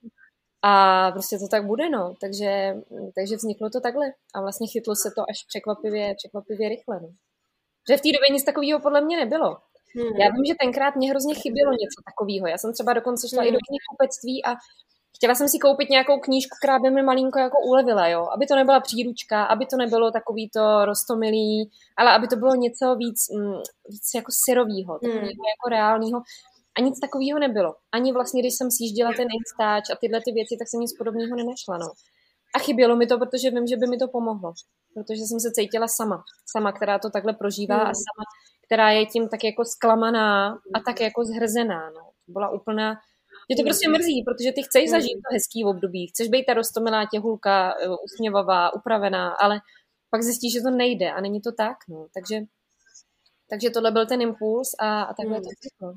A prostě to tak bude, no. Takže, takže vzniklo to takhle. A vlastně chytlo se to až překvapivě, překvapivě rychle, no. Že v té době nic takového podle mě nebylo. Hmm. Já vím, že tenkrát mě hrozně chybělo něco takového. Já jsem třeba dokonce šla hmm. i do knihkupectví a chtěla jsem si koupit nějakou knížku, která by mi malinko jako ulevila, jo. Aby to nebyla příručka, aby to nebylo takový to roztomilý, ale aby to bylo něco víc, mm, víc jako syrovýho, takového hmm. jako reálného. A nic takového nebylo. Ani vlastně, když jsem sjížděla ten Instač a tyhle ty věci, tak jsem nic podobného nenašla. No. A chybělo mi to, protože vím, že by mi to pomohlo. Protože jsem se cítila sama. Sama, která to takhle prožívá hmm. a sama, která je tím tak jako zklamaná a tak jako zhrzená. No. To byla úplná... Mě to prostě mrzí, protože ty chceš zažít to hezký období. Chceš být ta roztomilá těhulka, usměvavá, upravená, ale pak zjistíš, že to nejde a není to tak. No. Takže, takže tohle byl ten impuls a, a takhle hmm. to vzniklo.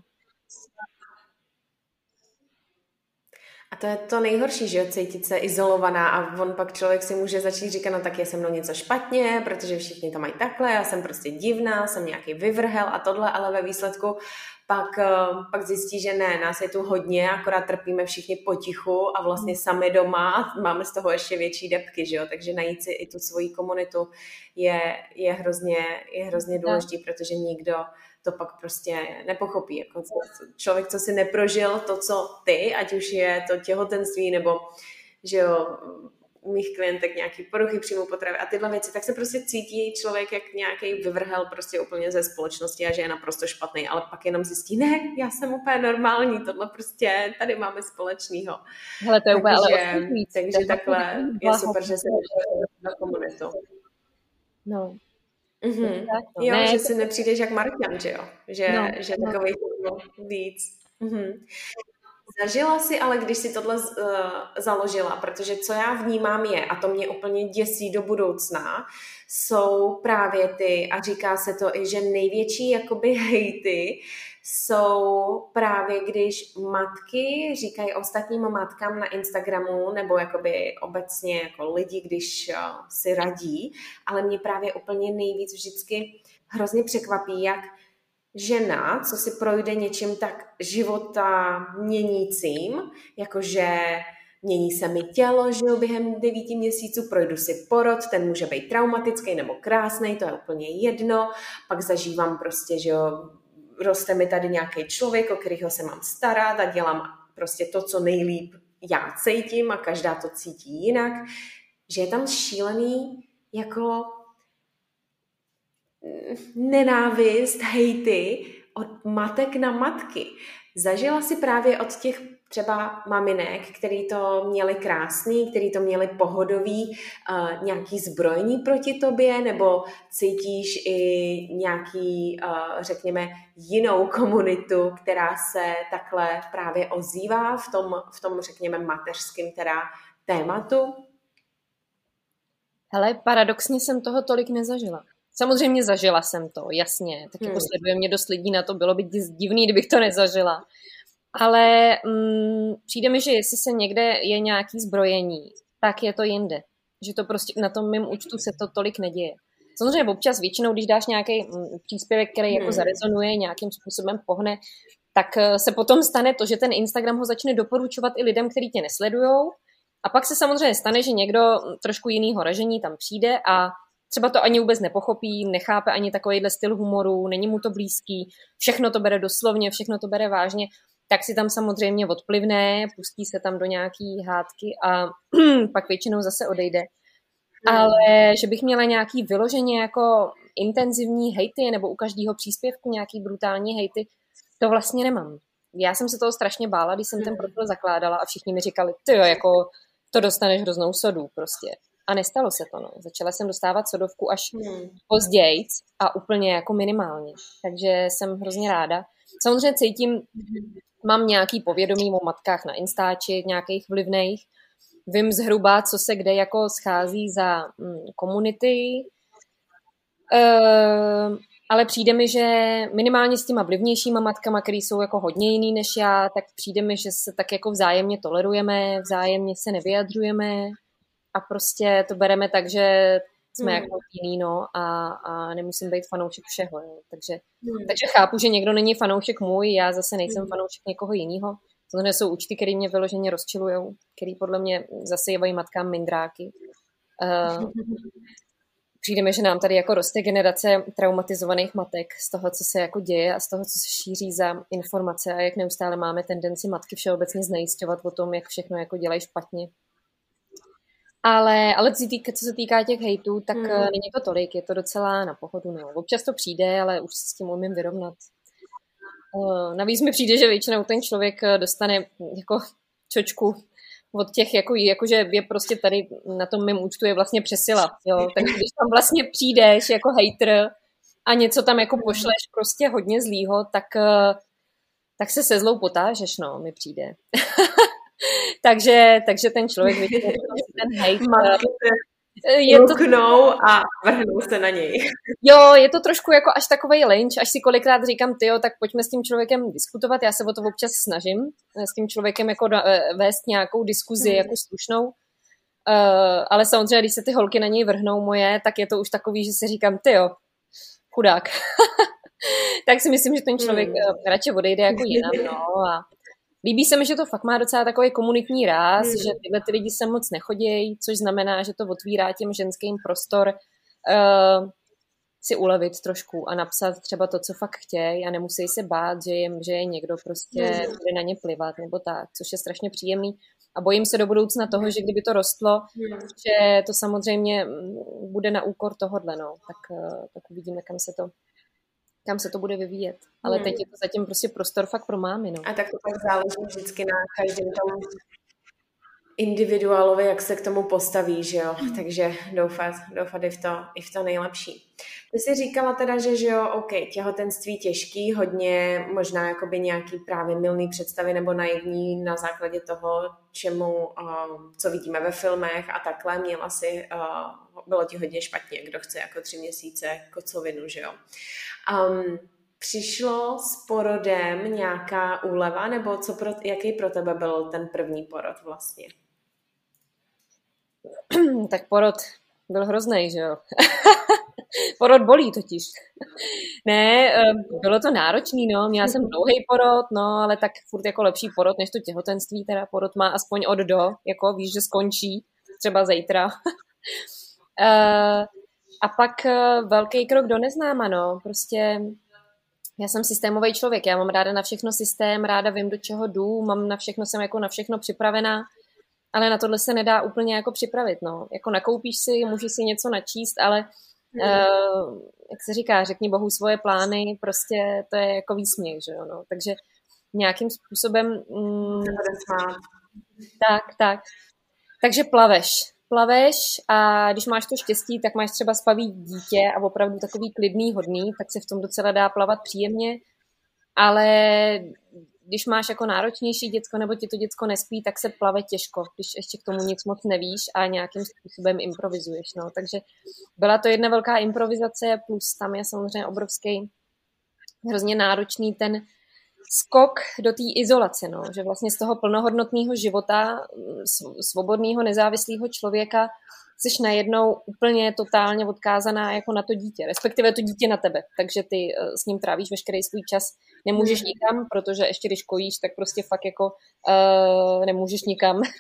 A to je to nejhorší, že cítit se izolovaná a on pak člověk si může začít říkat, no tak je se mnou něco špatně, protože všichni to mají takhle, já jsem prostě divná, jsem nějaký vyvrhel a tohle, ale ve výsledku pak, pak zjistí, že ne, nás je tu hodně, akorát trpíme všichni potichu a vlastně sami doma máme z toho ještě větší depky, že jo, takže najít si i tu svoji komunitu je, je hrozně, je hrozně důležitý, protože nikdo to pak prostě nepochopí. Jako člověk, co si neprožil to, co ty, ať už je to těhotenství, nebo že jo, u mých klientek nějaký poruchy příjmu potravy a tyhle věci, tak se prostě cítí člověk jak nějaký vyvrhel prostě úplně ze společnosti a že je naprosto špatný, ale pak jenom zjistí, ne, já jsem úplně normální, tohle prostě tady máme společného. Hele, to je úplně takže, ale takže takhle je super, že se na komunitu. No. Mm-hmm. No, jo, ne, že si nepřijdeš jak Marťan, že jo? Že, no, že no. takovej víc. Mm-hmm. Zažila si, ale když si tohle uh, založila, protože co já vnímám je, a to mě úplně děsí do budoucna, jsou právě ty, a říká se to i, že největší jakoby hejty jsou právě, když matky říkají ostatním matkám na Instagramu, nebo jakoby obecně jako lidi, když uh, si radí, ale mě právě úplně nejvíc vždycky hrozně překvapí, jak žena, co si projde něčím tak života měnícím, jakože mění se mi tělo, že jo, během devíti měsíců, projdu si porod, ten může být traumatický nebo krásný, to je úplně jedno, pak zažívám prostě, že jo, roste mi tady nějaký člověk, o kterého se mám starat a dělám prostě to, co nejlíp já cítím a každá to cítí jinak, že je tam šílený jako nenávist, hejty od matek na matky. Zažila si právě od těch třeba maminek, který to měli krásný, který to měli pohodový, uh, nějaký zbrojení proti tobě, nebo cítíš i nějaký, uh, řekněme, jinou komunitu, která se takhle právě ozývá v tom, v tom řekněme, mateřském teda tématu? Hele, paradoxně jsem toho tolik nezažila. Samozřejmě zažila jsem to, jasně. Taky hmm. posleduje mě dost lidí na to, bylo by divný, kdybych to nezažila. Ale mm, přijde mi, že jestli se někde je nějaký zbrojení, tak je to jinde. Že to prostě na tom mém účtu se to tolik neděje. Samozřejmě občas většinou, když dáš nějaký mm, příspěvek, který hmm. jako zarezonuje, nějakým způsobem pohne, tak se potom stane to, že ten Instagram ho začne doporučovat i lidem, kteří tě nesledujou. A pak se samozřejmě stane, že někdo trošku jinýho ražení tam přijde a třeba to ani vůbec nepochopí, nechápe ani takovýhle styl humoru, není mu to blízký, všechno to bere doslovně, všechno to bere vážně, tak si tam samozřejmě odplivne, pustí se tam do nějaký hádky a pak většinou zase odejde. Ale že bych měla nějaký vyloženě jako intenzivní hejty nebo u každého příspěvku nějaký brutální hejty, to vlastně nemám. Já jsem se toho strašně bála, když jsem ten profil zakládala a všichni mi říkali, ty jo, jako to dostaneš hroznou sodu prostě. A nestalo se to, no. Začala jsem dostávat sodovku až hmm. později a úplně jako minimálně. Takže jsem hrozně ráda. Samozřejmě cítím, mám nějaký povědomí o matkách na Instači, nějakých vlivných. Vím zhruba, co se kde jako schází za mm, komunity. Uh, ale přijde mi, že minimálně s těma vlivnějšíma matkama, který jsou jako hodně jiný než já, tak přijde mi, že se tak jako vzájemně tolerujeme, vzájemně se nevyjadřujeme a prostě to bereme tak, že jsme hmm. jako jiný, no, a, a nemusím být fanoušek všeho, jo. Takže, hmm. takže chápu, že někdo není fanoušek můj, já zase nejsem hmm. fanoušek někoho jiného. Samozřejmě jsou účty, které mě vyloženě rozčilujou, který podle mě zasejvají matkám mindráky. Uh, přijde mi, že nám tady jako roste generace traumatizovaných matek z toho, co se jako děje a z toho, co se šíří za informace a jak neustále máme tendenci matky všeobecně znejisťovat o tom, jak všechno jako dělají špatně. Ale, ale co se týká, co se týká těch hejtů, tak mm. není to tolik, je to docela na pohodu. No. Občas to přijde, ale už se s tím umím vyrovnat. Uh, navíc mi přijde, že většinou ten člověk dostane jako čočku od těch, jako, jakože je prostě tady na tom mém účtu je vlastně přesila, jo, takže když tam vlastně přijdeš jako hejtr a něco tam jako pošleš prostě hodně zlýho, tak, tak se se zlou potážeš, no, mi přijde. takže, takže ten člověk většinou ten hejtr je to a vrhnou se na něj. Jo, je to trošku jako až takovej lynč, až si kolikrát říkám, tyjo, tak pojďme s tím člověkem diskutovat, já se o to občas snažím, s tím člověkem jako vést nějakou diskuzi hmm. jako slušnou, uh, ale samozřejmě, když se ty holky na něj vrhnou moje, tak je to už takový, že si říkám, tyjo, chudák. Tak si myslím, že ten člověk hmm. radši odejde jako jinam, no a líbí se mi, že to fakt má docela takový komunitní ráz, hmm. že tyhle ty lidi sem moc nechodějí, což znamená, že to otvírá těm ženským prostor uh, si ulevit trošku a napsat třeba to, co fakt chtějí a nemusí se bát, že je, že je někdo prostě hmm. bude na ně plivat nebo tak, což je strašně příjemný. A bojím se do budoucna toho, že kdyby to rostlo, hmm. že to samozřejmě bude na úkor tohodle, no. Tak, uh, tak uvidíme, kam se to kam se to bude vyvíjet. Ale hmm. teď je to zatím prostě prostor fakt pro mámy, no. A tak to pak záleží vždycky na každém tom individuálovi, jak se k tomu postaví, že jo. Hmm. Takže doufat, doufat i v to, i v to nejlepší. Ty jsi říkala teda, že, že jo, OK, těhotenství těžký, hodně možná jakoby nějaký právě mylný představy nebo naivní na základě toho, čemu, uh, co vidíme ve filmech a takhle. Měla si, uh, bylo ti hodně špatně, kdo chce jako tři měsíce kocovinu, že jo. Um, přišlo s porodem nějaká úleva, nebo co pro, jaký pro tebe byl ten první porod vlastně? Tak porod byl hroznej, že jo. Porod bolí totiž. Ne, bylo to náročný, no. Měla jsem dlouhý porod, no, ale tak furt jako lepší porod, než to těhotenství, teda porod má aspoň od do, jako víš, že skončí, třeba zítra. A pak velký krok do neznáma, no. Prostě já jsem systémový člověk, já mám ráda na všechno systém, ráda vím, do čeho jdu, mám na všechno, jsem jako na všechno připravená, ale na tohle se nedá úplně jako připravit, no. Jako nakoupíš si, můžeš si něco načíst, ale hmm. uh, jak se říká, řekni Bohu svoje plány, prostě to je jako výsměch, že jo, no. Takže nějakým způsobem mm, tak, tak. Takže plaveš. Plaveš a když máš to štěstí, tak máš třeba spavý dítě a opravdu takový klidný, hodný, tak se v tom docela dá plavat příjemně, ale když máš jako náročnější děcko nebo ti to děcko nespí, tak se plave těžko, když ještě k tomu nic moc nevíš a nějakým způsobem improvizuješ. No. Takže byla to jedna velká improvizace, plus tam je samozřejmě obrovský, hrozně náročný ten skok do té izolace, no, že vlastně z toho plnohodnotného života, svobodného, nezávislého člověka jsi najednou úplně totálně odkázaná jako na to dítě, respektive to dítě na tebe, takže ty s ním trávíš veškerý svůj čas, nemůžeš nikam, protože ještě když kojíš, tak prostě fakt jako uh, nemůžeš nikam. uh,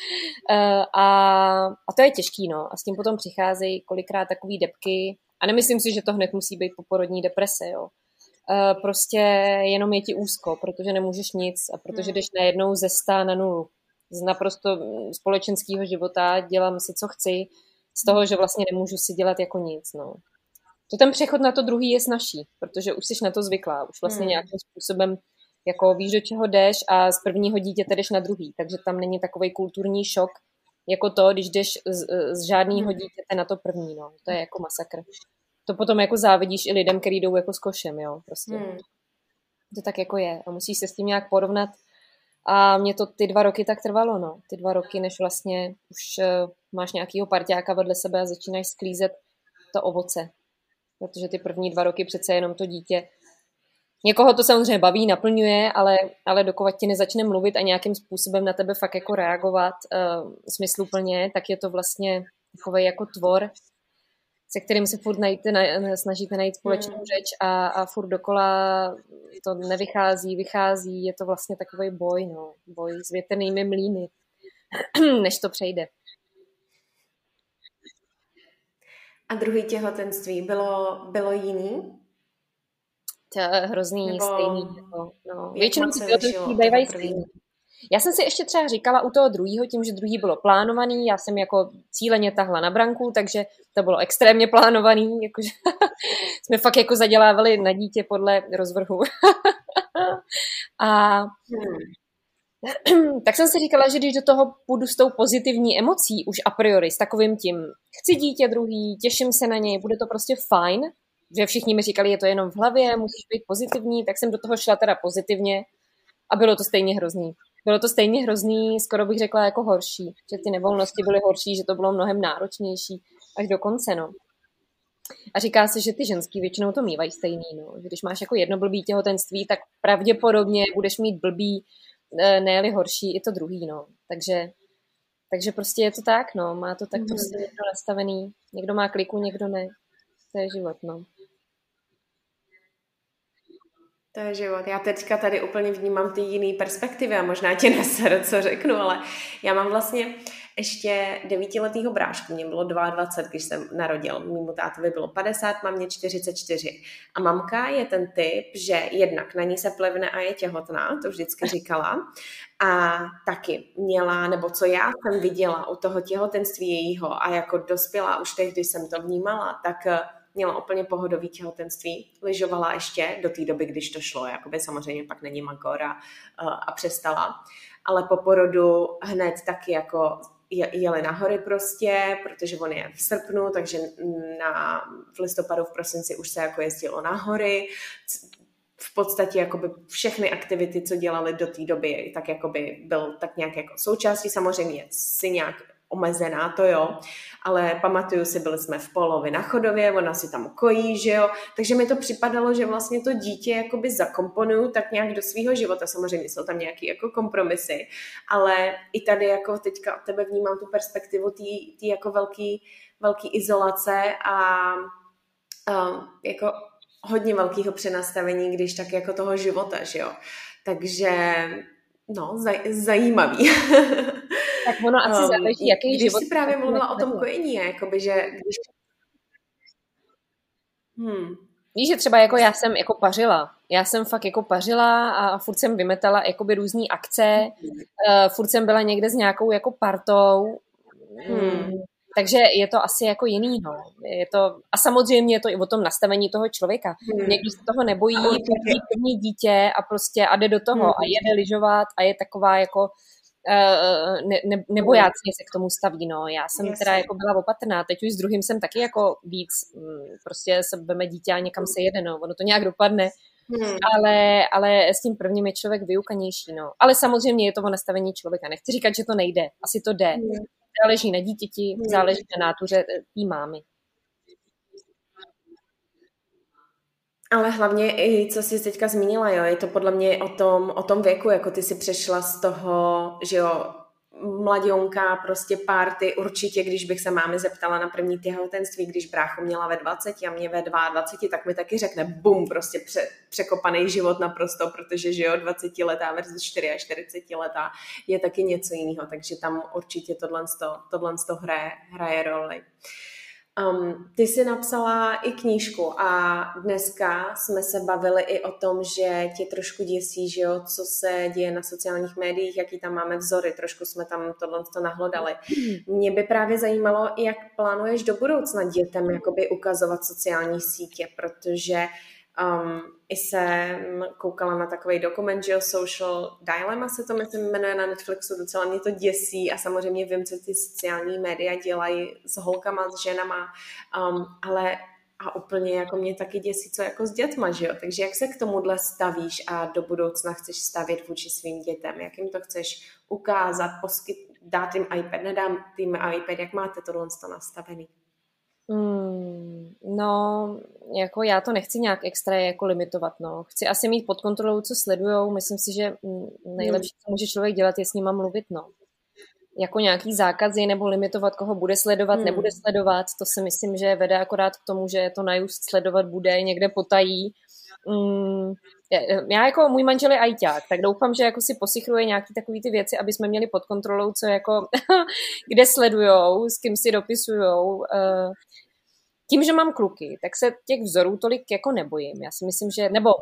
a, a to je těžký, no, a s tím potom přicházejí kolikrát takový depky a nemyslím si, že to hned musí být poporodní deprese, jo. Uh, prostě jenom je ti úzko, protože nemůžeš nic a protože jdeš najednou ze sta na nulu. Z naprosto společenského života dělám si, co chci, z toho, že vlastně nemůžu si dělat jako nic. No. To ten přechod na to druhý je snazší, protože už jsi na to zvyklá. Už vlastně hmm. nějakým způsobem jako víš, do čeho jdeš a z prvního dítěte jdeš na druhý. Takže tam není takovej kulturní šok, jako to, když jdeš z, z žádného hmm. dítěte na to první. No. To je jako masakr. To potom jako závidíš i lidem, kteří jdou jako s košem, jo, prostě. Hmm. To tak jako je a musíš se s tím nějak porovnat a mě to ty dva roky tak trvalo, no. Ty dva roky, než vlastně už uh, máš nějakýho parťáka vedle sebe a začínáš sklízet to ovoce. Protože ty první dva roky přece jenom to dítě někoho to samozřejmě baví, naplňuje, ale, ale dokud ti nezačne mluvit a nějakým způsobem na tebe fakt jako reagovat uh, smysluplně, tak je to vlastně takovej jako tvor, se kterým se furt najít, na, snažíte najít společnou hmm. řeč a, a furt dokola to nevychází, vychází, je to vlastně takový boj, no, boj s větrnými mlýny, než to přejde. A druhý těhotenství bylo, bylo jiný? To je hrozný, Nebo... stejný. Jako, no. Většinou ty těhotenství bývají stejný. Já jsem si ještě třeba říkala u toho druhýho, tím, že druhý bylo plánovaný, já jsem jako cíleně tahla na branku, takže to bylo extrémně plánovaný, jakože jsme fakt jako zadělávali na dítě podle rozvrhu. A Hmm. tak jsem si říkala, že když do toho půjdu s tou pozitivní emocí, už a priori, s takovým tím, chci dítě druhý, těším se na něj, bude to prostě fajn, že všichni mi říkali, je to jenom v hlavě, musíš být pozitivní, tak jsem do toho šla teda pozitivně a bylo to stejně hrozný. Bylo to stejně hrozný, skoro bych řekla jako horší, že ty nevolnosti byly horší, že to bylo mnohem náročnější až do konce, no. A říká se, že ty ženský většinou to mývají stejný, no. Když máš jako jedno blbý těhotenství, tak pravděpodobně budeš mít blbý, ne-li horší, i to druhý, no. Takže, takže prostě je to tak, no. Má to tak mm. prostě někdo nastavený. Někdo má kliku, někdo ne. To je život, no. To je život. Já teďka tady úplně vnímám ty jiný perspektivy a možná tě naseru, co řeknu, ale já mám vlastně ještě devítiletýho brášku. Mně bylo dvacet dva, když jsem narodil. Mému tátovi bylo padesát, mamě čtyřicet čtyři. A mamka je ten typ, že jednak na ní se plivne a je těhotná, to vždycky říkala. A taky měla, nebo co já jsem viděla u toho těhotenství jejího a jako dospělá, už tehdy jsem to vnímala, tak měla úplně pohodový těhotenství, lyžovala ještě do té doby, když to šlo, jakoby samozřejmě pak není magor a, a přestala, ale po porodu hned taky jako jeli na hory prostě, protože on je v srpnu, takže na, v listopadu, v prosinci už se jako jezdilo na hory, v podstatě jakoby všechny aktivity, co dělali do té doby, tak jakoby byl tak nějak jako součástí, samozřejmě si nějak omezená, to jo, ale pamatuju si, byli jsme v Polovi na Chodově, ona si tam kojí, že jo, takže mi to připadalo, že vlastně to dítě jakoby zakomponuju tak nějak do svýho života, samozřejmě jsou tam nějaký jako kompromisy, ale i tady jako teďka od tebe vnímám tu perspektivu tý jako velký, velký izolace a, a jako hodně velkého přenastavení, když tak jako toho života, že jo, takže no, zaj, zajímavý. Tak ono asi um, záleží, jaký když život. Když jsi právě mluvila o tom kojení, jakoby, že když... Hmm. Víš, že třeba jako já jsem jako pařila. Já jsem fakt jako pařila a furt jsem vymetala jakoby různý akce. Hmm. Uh, furt jsem byla někde s nějakou jako partou. Hmm. Takže je to asi jako jiný, no. Je to, a samozřejmě je to i o tom nastavení toho člověka. Hmm. Někdo se toho nebojí, první, první dítě a prostě a jde do toho hmm. a jede lyžovat a je taková jako ne, ne, nebojácně se k tomu staví, no. Já jsem yes. teda jako byla opatrná, teď už s druhým jsem taky jako víc, prostě se veme dítě a někam se jede, no. Ono to nějak dopadne, hmm. ale, ale s tím prvním je člověk vyukanější, no. Ale samozřejmě je to o nastavení člověka. Nechci říkat, že to nejde, asi to jde. Hmm. Záleží na dítěti, hmm. záleží na nátuře tý mámy. Ale hlavně i co jsi teďka zmínila, jo, je to podle mě o tom, o tom věku, jako ty si přešla z toho, že jo, mladionka, prostě party, určitě, když bych se mámy zeptala na první těhotenství, když bráchu měla ve dvaceti a mě ve dvaceti dvou, tak mi taky řekne bum, prostě pře, překopaný život naprosto, protože, že jo, dvacetiletá versus čtyřicetičtyřletá je taky něco jiného, takže tam určitě tohle, tohle hraje, hraje roli. Um, ty jsi napsala i knížku a dneska jsme se bavili i o tom, že tě trošku děsí, že jo, co se děje na sociálních médiích, jaký tam máme vzory, trošku jsme tam tohle to nahlodali. Mě by právě zajímalo, jak plánuješ do budoucna dětem jakoby ukazovat sociální sítě, protože Um, i jsem koukala na takový dokument, že jo, Social Dilemma se to myslím jmenuje na Netflixu, docela mě to děsí a samozřejmě vím, co ty sociální média dělají s holkama, s ženama, um, ale a úplně jako mě taky děsí, co jako s dětma, že jo, takže jak se k tomuhle stavíš a do budoucna chceš stavět vůči svým dětem, jak jim to chceš ukázat, poskyt, dát jim iPad, nedám jim iPad, jak máte tohle nastavený? Hmm, no, jako já to nechci nějak extra jako limitovat, no. Chci asi mít pod kontrolou, co sledujou. Myslím si, že nejlepší, co může člověk dělat, je s nima mluvit, no. Jako nějaký zákazy nebo limitovat, koho bude sledovat, hmm. nebude sledovat, to si myslím, že vede akorát k tomu, že to na just sledovat bude, někde potají. Hmm, já jako můj manžel je ajťák, tak doufám, že jako si posichruje nějaký takový ty věci, aby jsme měli pod kontrolou, co jako kde sledujou, s kým si dopisujou. Tím, že mám kluky, tak se těch vzorů tolik jako nebojím. Já si myslím, že, nebo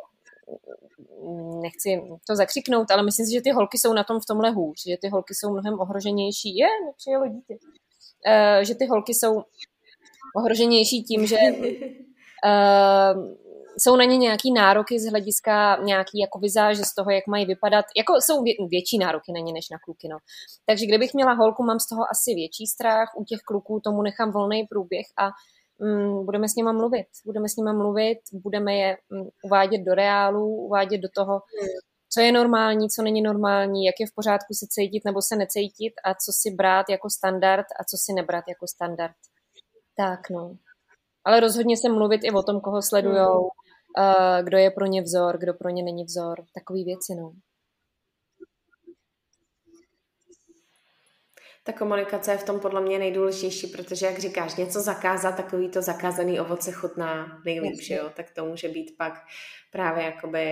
nechci to zakřiknout, ale myslím si, že ty holky jsou na tom v tomhle hůř, že ty holky jsou mnohem ohroženější. Je, nepřijelo dítě. Uh, že ty holky jsou ohroženější tím, že uh, jsou na ně nějaký nároky z hlediska nějaký jako vizáže z toho, jak mají vypadat. Jako jsou vě, větší nároky na ně než na kluky, no. Takže kdybych měla holku, mám z toho asi větší strach. U těch kluků tomu nechám volný průběh a mm, budeme s nima mluvit. Budeme s nima mluvit, budeme je mm, uvádět do reálu, uvádět do toho, co je normální, co není normální, jak je v pořádku se cítit nebo se necítit a co si brát jako standard a co si nebrat jako standard. Tak, no. Ale rozhodně se mluvit i o tom, koho sledujou, uh, kdo je pro ně vzor, kdo pro ně není vzor. Takový věci, no. Ta komunikace je v tom podle mě nejdůležitější, protože jak říkáš, něco zakázat, takový to zakázaný ovoce chutná nejlíp, že jo? Tak to může být pak právě jakoby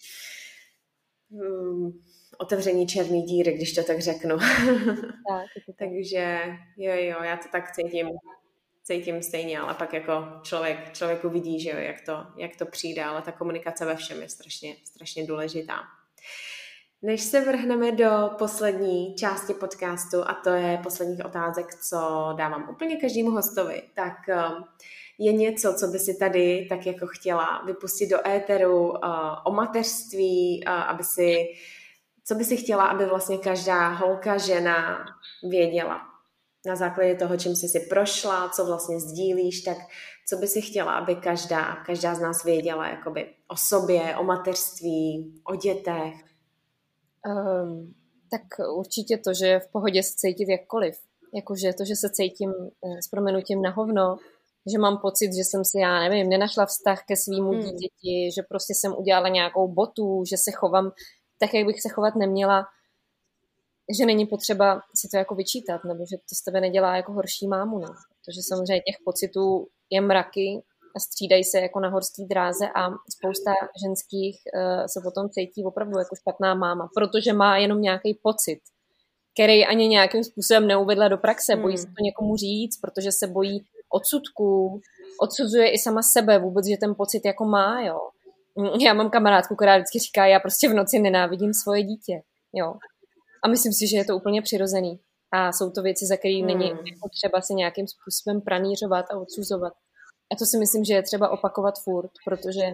um, otevření černý díry, když to tak řeknu. Tak, to Takže jo, jo, já to tak cítím. cítím stejně, ale pak jako člověk, člověk uvidí, že jo, jak to, jak to přijde, ale ta komunikace ve všem je strašně, strašně důležitá. Než se vrhneme do poslední části podcastu, a to je posledních otázek, co dávám úplně každému hostovi, tak je něco, co by si tady tak jako chtěla vypustit do éteru o mateřství, aby si, co by si chtěla, aby vlastně každá holka, žena věděla na základě toho, čím jsi si prošla, co vlastně sdílíš, tak co by si chtěla, aby každá, každá z nás věděla jakoby o sobě, o mateřství, o dětech? Um, tak určitě to, že v pohodě se cítit jakkoliv. Jakože to, že se cítím s prominutím na hovno, že mám pocit, že jsem si, já nevím, nenašla vztah ke svýmu hmm. dítěti, že prostě jsem udělala nějakou botu, že se chovám tak, jak bych se chovat neměla, že není potřeba si to jako vyčítat, nebo že to z tebe nedělá jako horší mámu, no. Protože samozřejmě těch pocitů je mraky a střídají se jako na horské dráze a spousta ženských uh, se potom cítí opravdu jako špatná máma, protože má jenom nějaký pocit, který ani nějakým způsobem neuvedla do praxe, bojí se to někomu říct, protože se bojí odsudků, odsuzuje i sama sebe vůbec, že ten pocit jako má, jo. Já mám kamarádku, která vždycky říká, já prostě v noci nenávidím svoje dítě, jo. A myslím si, že je to úplně přirozený. A jsou to věci, za které hmm. není potřeba si nějakým způsobem pranířovat a odsuzovat. A to si myslím, že je třeba opakovat furt, protože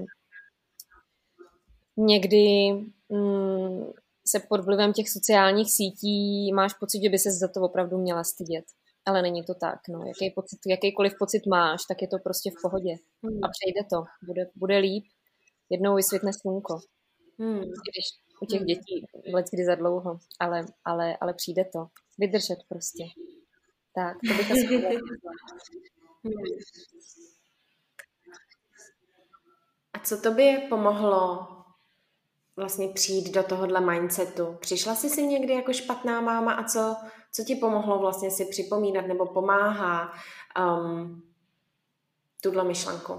někdy mm, se pod vlivem těch sociálních sítí máš pocit, že by se za to opravdu měla stydět. Ale není to tak. No. Jaký pocit, jakýkoliv pocit máš, tak je to prostě v pohodě. Hmm. A přejde to. Bude, bude líp. Jednou vysvětne slunko. Hmm. Když u těch dětí leckdy za dlouho, ale, ale, ale přijde to. Vydržet prostě. Tak, to bych asi chtěla. A co tobě pomohlo vlastně přijít do tohohle mindsetu? Přišla jsi si někdy jako špatná máma a co, co ti pomohlo vlastně si připomínat nebo pomáhá um, tuhle myšlenku?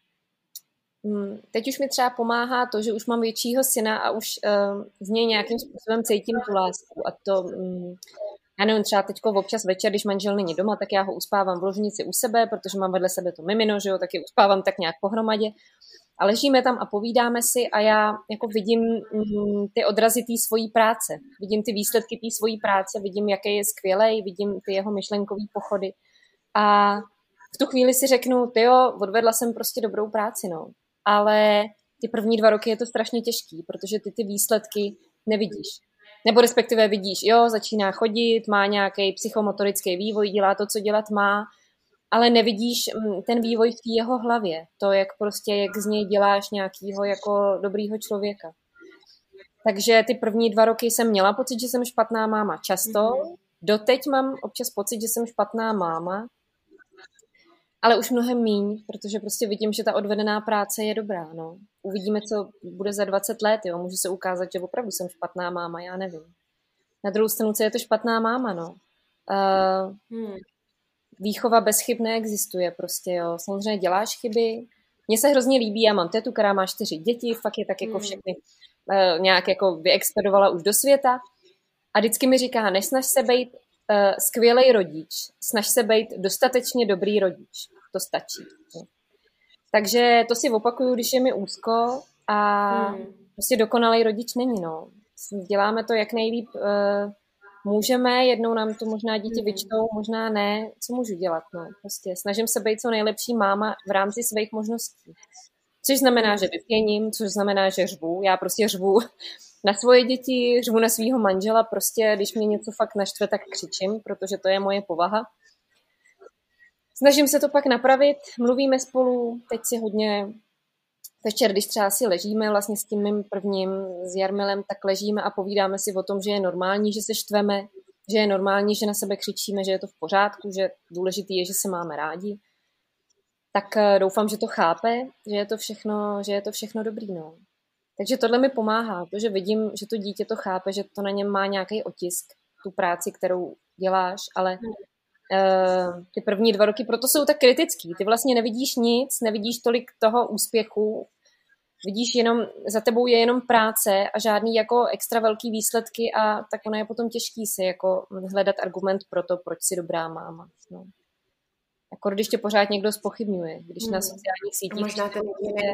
Teď už mi třeba pomáhá to, že už mám většího syna a už uh, z něj nějakým způsobem cítím tu lásku. A to, um, já nevím, třeba teďko občas večer, když manžel není doma, tak já ho uspávám v ložnici u sebe, protože mám vedle sebe to mimino, že jo, tak je uspávám tak nějak pohromadě. A ležíme tam a povídáme si a já jako vidím um, ty odrazy té svojí práce. Vidím ty výsledky té svojí práce, vidím, jaký je skvělej, vidím ty jeho myšlenkový pochody. A v tu chvíli si řeknu, tyjo, odvedla jsem prostě dobrou práci, no. Ale ty první dva roky je to strašně těžký, protože ty ty výsledky nevidíš. Nebo respektive vidíš, jo, začíná chodit, má nějaký psychomotorický vývoj, dělá to, co dělat má, ale nevidíš ten vývoj v té jeho hlavě. To, jak prostě, jak z něj děláš nějakýho jako dobrýho člověka. Takže ty první dva roky jsem měla pocit, že jsem špatná máma. Často, doteď mám občas pocit, že jsem špatná máma, ale už mnohem míň, protože prostě vidím, že ta odvedená práce je dobrá, no. Uvidíme, co bude za dvacet let, jo. Může se ukázat, že opravdu jsem špatná máma, já nevím. Na druhou stranu, co je to špatná máma, no. Uh, hmm. Výchova bez chyb neexistuje prostě, jo. Samozřejmě děláš chyby. Mně se hrozně líbí, já mám tetu, která má čtyři děti, fakt je tak jako všechny uh, nějak jako vyexpedovala už do světa a vždycky mi říká, nesnaž se být Uh, skvělej rodič, snaž se být dostatečně dobrý rodič. To stačí. No. Takže to si opakuju, když je mi úzko a hmm. prostě dokonalej rodič není, no. Děláme to jak nejlíp uh, můžeme, jednou nám to možná děti hmm. vyčtou, možná ne. Co můžu dělat, no. Prostě snažím se být co nejlepší máma v rámci svých možností. Což znamená, že vypěním, což znamená, že řvu. Já prostě řvu na svoje děti, řvu na svého manžela, prostě když mě něco fakt naštve, tak křičím, protože to je moje povaha. Snažím se to pak napravit, mluvíme spolu, teď si hodně večer, když třeba si ležíme vlastně s tím mým prvním, s Jarmilem, tak ležíme a povídáme si o tom, že je normální, že se štveme, že je normální, že na sebe křičíme, že je to v pořádku, že důležitý je, že se máme rádi. Tak doufám, že to chápe, že je to všechno, že je to všechno dobrý. No. Takže tohle mi pomáhá, protože vidím, že to dítě to chápe, že to na něm má nějaký otisk, tu práci, kterou děláš, ale uh, ty první dva roky proto jsou tak kritický. Ty vlastně nevidíš nic, nevidíš tolik toho úspěchu, vidíš jenom, za tebou je jenom práce a žádný jako extra velký výsledky a tak ono je potom těžký si jako hledat argument pro to, proč jsi dobrá máma. No. Jako když tě pořád někdo zpochybňuje, když hmm. na sociálních sítích možná ten všude,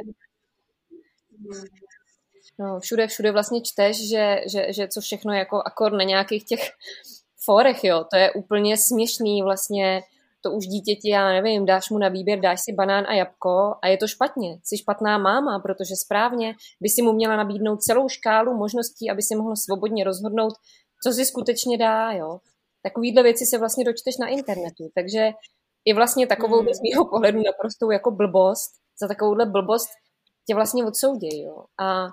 no, všude, všude vlastně čteš, že, že, že co všechno jako akor na nějakých těch fórech, jo, to je úplně směšný vlastně, to už dítěti, já nevím, dáš mu na výběr, dáš si banán a jabko a je to špatně, jsi špatná máma, protože správně by si mu měla nabídnout celou škálu možností, aby si mohl svobodně rozhodnout, co si skutečně dá, jo. Takovýhle věci se vlastně dočteš na internetu, takže i vlastně takovou z mýho pohledu naprostou jako blbost, za takovouhle blbost tě vlastně odsoudějí, jo. A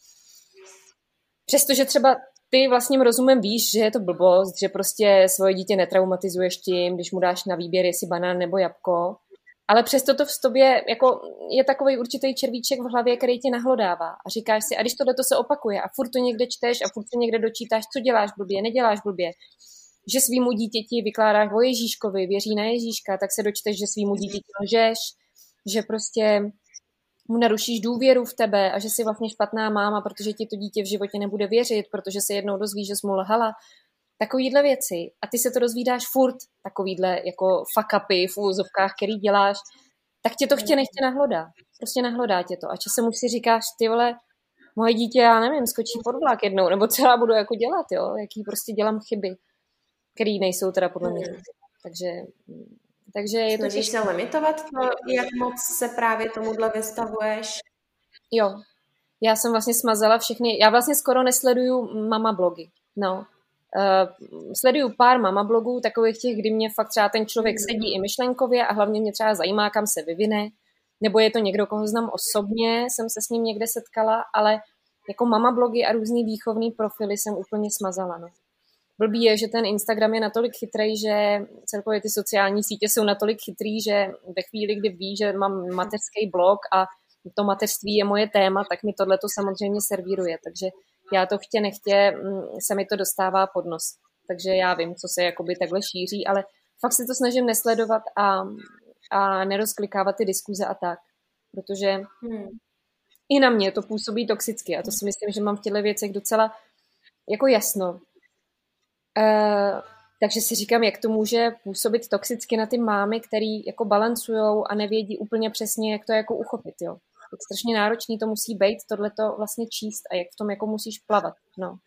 přestože třeba ty vlastním rozumem víš, že je to blbost, že prostě svoje dítě netraumatizuješ tím, když mu dáš na výběr, jestli banán nebo jabko, ale přesto to v tobě jako je takový určitý červíček v hlavě, který tě nahlodává a říkáš si, a když tohle to se opakuje a furt to někde čteš a furt se někde dočítáš, co děláš blbě, neděláš blbě, že svýmu dítěti vykládáš o Ježíškovi, věří na Ježíška, tak se dočteš, že svýmu dítěti lžeš, že prostě mu narušíš důvěru v tebe a že jsi vlastně špatná máma, protože ti to dítě v životě nebude věřit, protože se jednou dozví, že jsi mu lhala. Takovýhle věci. A ty se to dozvídáš furt, takovýhle jako fuck upy v úvozovkách, který děláš, tak tě to chtě nechtě nahlodá. Prostě nahlodá tě to. A časem už si říkáš, ty vole, moje dítě, já nevím, skočí pod vlak jednou, nebo co já budu jako dělat, jo? Jaký prostě dělám chyby, který nejsou teda podle mě. Takže... Takže je to Snažíš se limitovat to, jak moc se právě tomuhle vystavuješ? Jo. Já jsem vlastně smazala všechny, já vlastně skoro nesleduju mama blogy. No. Uh, sleduju pár mama blogů, takových těch, kdy mě fakt třeba ten člověk sedí i myšlenkově a hlavně mě třeba zajímá, kam se vyvine. Nebo je to někdo, koho znám osobně, jsem se s ním někde setkala, ale jako mama blogy a různý výchovný profily jsem úplně smazala, no. Blbý je, že ten Instagram je natolik chytrý, že celkově ty sociální sítě jsou natolik chytrý, že ve chvíli, kdy ví, že mám mateřský blog a to mateřství je moje téma, tak mi tohle to samozřejmě servíruje. Takže já to chtě nechtě, se mi to dostává pod nos. Takže já vím, co se jakoby takhle šíří, ale fakt se to snažím nesledovat a, a nerozklikávat ty diskuze a tak. Protože hmm. i na mě to působí toxicky a to si myslím, že mám v těchto věcech docela jako jasno. Uh, takže si říkám, jak to může působit toxicky na ty mámy, který jako balancujou a nevědí úplně přesně, jak to jako uchopit, jo. Tak strašně náročný to musí být, tohleto vlastně číst a jak v tom jako musíš plavat, no.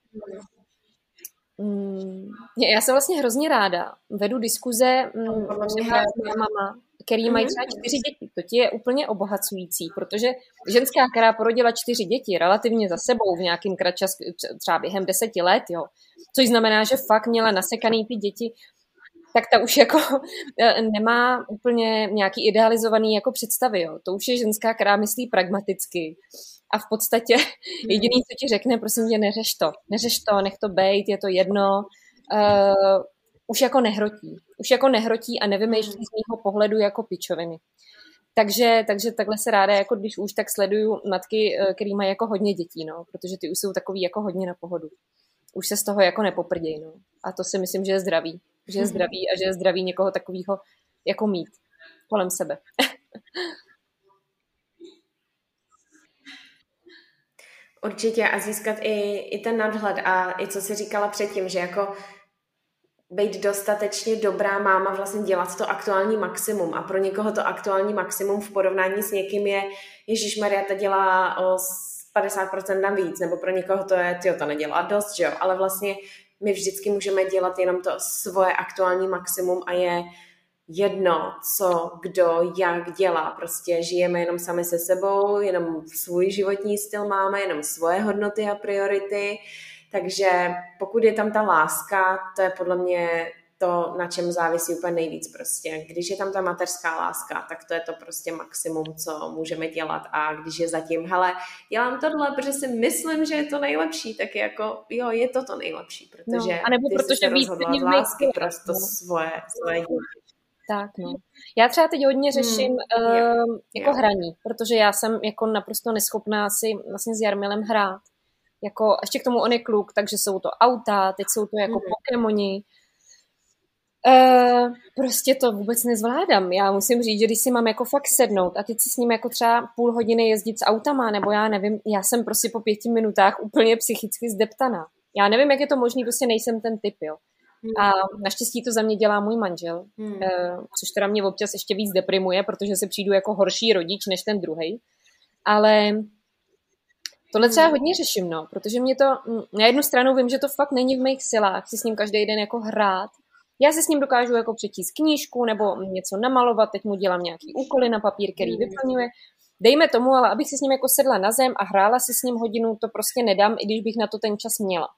Mm, já jsem vlastně hrozně ráda. Vedu diskuze mm, s mámama, který mají třeba čtyři děti. To ti je úplně obohacující, protože ženská, která porodila čtyři děti relativně za sebou v nějakým kratčas, třeba během deseti let, jo, což znamená, že fakt měla nasekaný ty děti, tak ta už jako nemá úplně nějaký idealizovaný jako představy, jo. To už je ženská, která myslí pragmaticky. A v podstatě jediný, co ti řekne, prosím tě, neřeš to. Neřeš to, nech to bejt, je to jedno. Uh, už jako nehrotí. Už jako nehrotí a nevymýšlí z mýho pohledu jako pičoviny. Takže, takže takhle se ráda, jako když už tak sleduju matky, který mají jako hodně dětí, no, protože ty už jsou takový jako hodně na pohodu. Už se z toho jako nepoprdějí, no. A to si myslím, že je zdravý. Že je zdravý a že je zdravý někoho takového jako mít kolem sebe. Určitě a získat i, i ten nadhled a i co jsi říkala předtím, že jako být dostatečně dobrá máma, vlastně dělat to aktuální maximum a pro někoho to aktuální maximum v porovnání s někým je Ježišmarja, ta dělá o padesát procent navíc, nebo pro někoho to je, tyjo, to nedělá dost, že jo, ale vlastně my vždycky můžeme dělat jenom to svoje aktuální maximum a je jedno, co, kdo, jak dělá. Prostě žijeme jenom sami se sebou, jenom svůj životní styl máme, jenom svoje hodnoty a priority. Takže pokud je tam ta láska, to je podle mě to, na čem závisí úplně nejvíc prostě. Když je tam ta mateřská láska, tak to je to prostě maximum, co můžeme dělat. A když je zatím, hele, dělám tohle, protože si myslím, že je to nejlepší, tak je jako, jo, je to to nejlepší, protože no, anebo ty protože jsi se rozhodla z lásky prostě no. svoje, svoje dítě. Tak, no. Já třeba teď hodně řeším hmm, uh, jo, jako jo. hraní, protože já jsem jako naprosto neschopná si vlastně s Jarmilem hrát. Jako, ještě k tomu on je kluk, takže jsou to auta, teď jsou to jako hmm. Pokémoni. Uh, prostě to vůbec nezvládám. Já musím říct, že když si mám jako fakt sednout a teď si s ním jako třeba půl hodiny jezdit s autama, nebo já nevím, já jsem prostě po pěti minutách úplně psychicky zdeptaná. Já nevím, jak je to možný, prostě nejsem ten typ, jo. A naštěstí to za mě dělá můj manžel, hmm. uh, což teda mě občas ještě víc deprimuje, protože se přijdu jako horší rodič než ten druhej. Ale tohle třeba hodně řeším, no, protože mě to, na jednu stranu vím, že to fakt není v mých silách si s ním každý den jako hrát. Já si s ním dokážu jako přečíst knížku nebo něco namalovat, teď mu dělám nějaký úkoly na papír, který vyplňuje. Dejme tomu, ale abych si s ním jako sedla na zem a hrála si s ním hodinu, to prostě nedám, i když bych na to ten čas měla.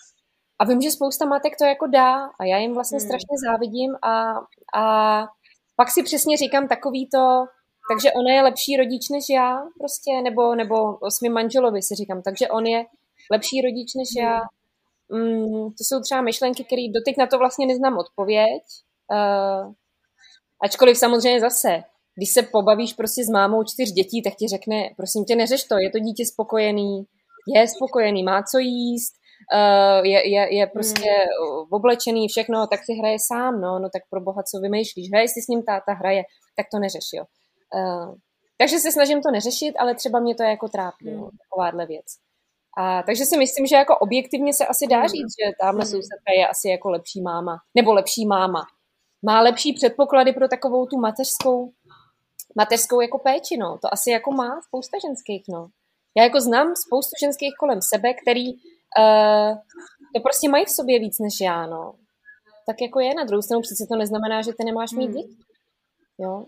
A vím, že spousta matek to jako dá a já jim vlastně hmm. strašně závidím a, a pak si přesně říkám takový to, takže ona je lepší rodič než já prostě, nebo, nebo s mým manželovi si říkám, takže on je lepší rodič než hmm. já. Mm, to jsou třeba myšlenky, které doteď na to vlastně neznám odpověď. Uh, ačkoliv samozřejmě zase, když se pobavíš prostě s mámou čtyř dětí, tak ti řekne, prosím tě, neřeš to, je to dítě spokojený, je spokojený, má co jíst, uh, je, je, je prostě hmm. oblečený, všechno, tak si hraje sám, no, no tak pro boha, co vymýšlíš, hraje si s ním táta, hraje, tak to neřeš, jo. Uh, takže se snažím to neřešit, ale třeba mě to jako trápí, hmm. no, takováhle věc. A takže si myslím, že jako objektivně se asi dá říct, že tamhle sousedka je asi jako lepší máma. Nebo lepší máma. Má lepší předpoklady pro takovou tu mateřskou, mateřskou jako péči, no. To asi jako má spousta ženských, no. Já jako znám spoustu ženských kolem sebe, který uh, to prostě mají v sobě víc než já, no. Tak jako je, na druhou stranu přece to neznamená, že ty nemáš mít děti. Jo.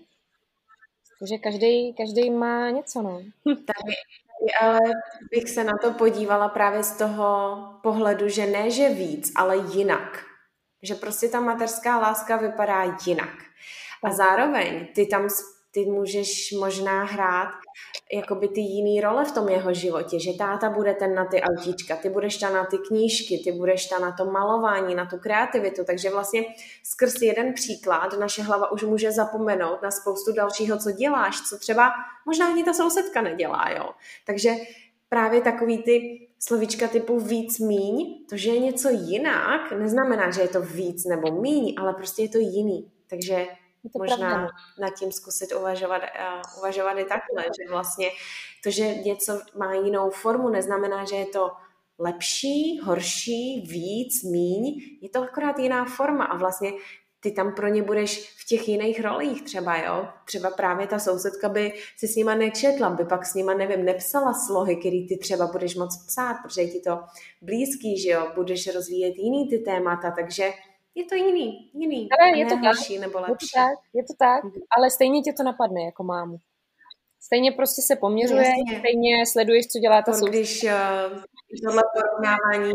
Takže každý, každý má něco, no. Tady, ale bych se na to podívala právě z toho pohledu, že ne, že víc, ale jinak. Že prostě ta mateřská láska vypadá jinak. A zároveň ty tam ty můžeš možná hrát jakoby ty jiný role v tom jeho životě, že táta bude ten na ty autíčka, ty budeš ta na ty knížky, ty budeš ta na to malování, na tu kreativitu, takže vlastně skrz jeden příklad naše hlava už může zapomenout na spoustu dalšího, co děláš, co třeba možná ani ta sousedka nedělá, jo. Takže právě takový ty slovíčka typu víc míň, to, že je něco jinak, neznamená, že je to víc nebo míň, ale prostě je to jiný, takže možná pravda. Nad tím zkusit uvažovat, uh, uvažovat i takhle, že vlastně to, že něco má jinou formu, neznamená, že je to lepší, horší, víc, míň, je to akorát jiná forma a vlastně ty tam pro ně budeš v těch jiných rolích třeba, jo. Třeba právě ta sousedka by si s nima nečetla, by pak s nima, nevím, nepsala slohy, který ty třeba budeš moc psát, protože je ti to blízký, že jo, budeš rozvíjet jiný ty témata, takže je to jiný, jiný. Ale je to horší tak, nebo lepší. Je to tak, je to tak, ale stejně tě to napadne jako mámu. Stejně prostě se poměřuje, Jasně. stejně sleduješ, co dělá ta sousedka. Když uh, tohle porovnávání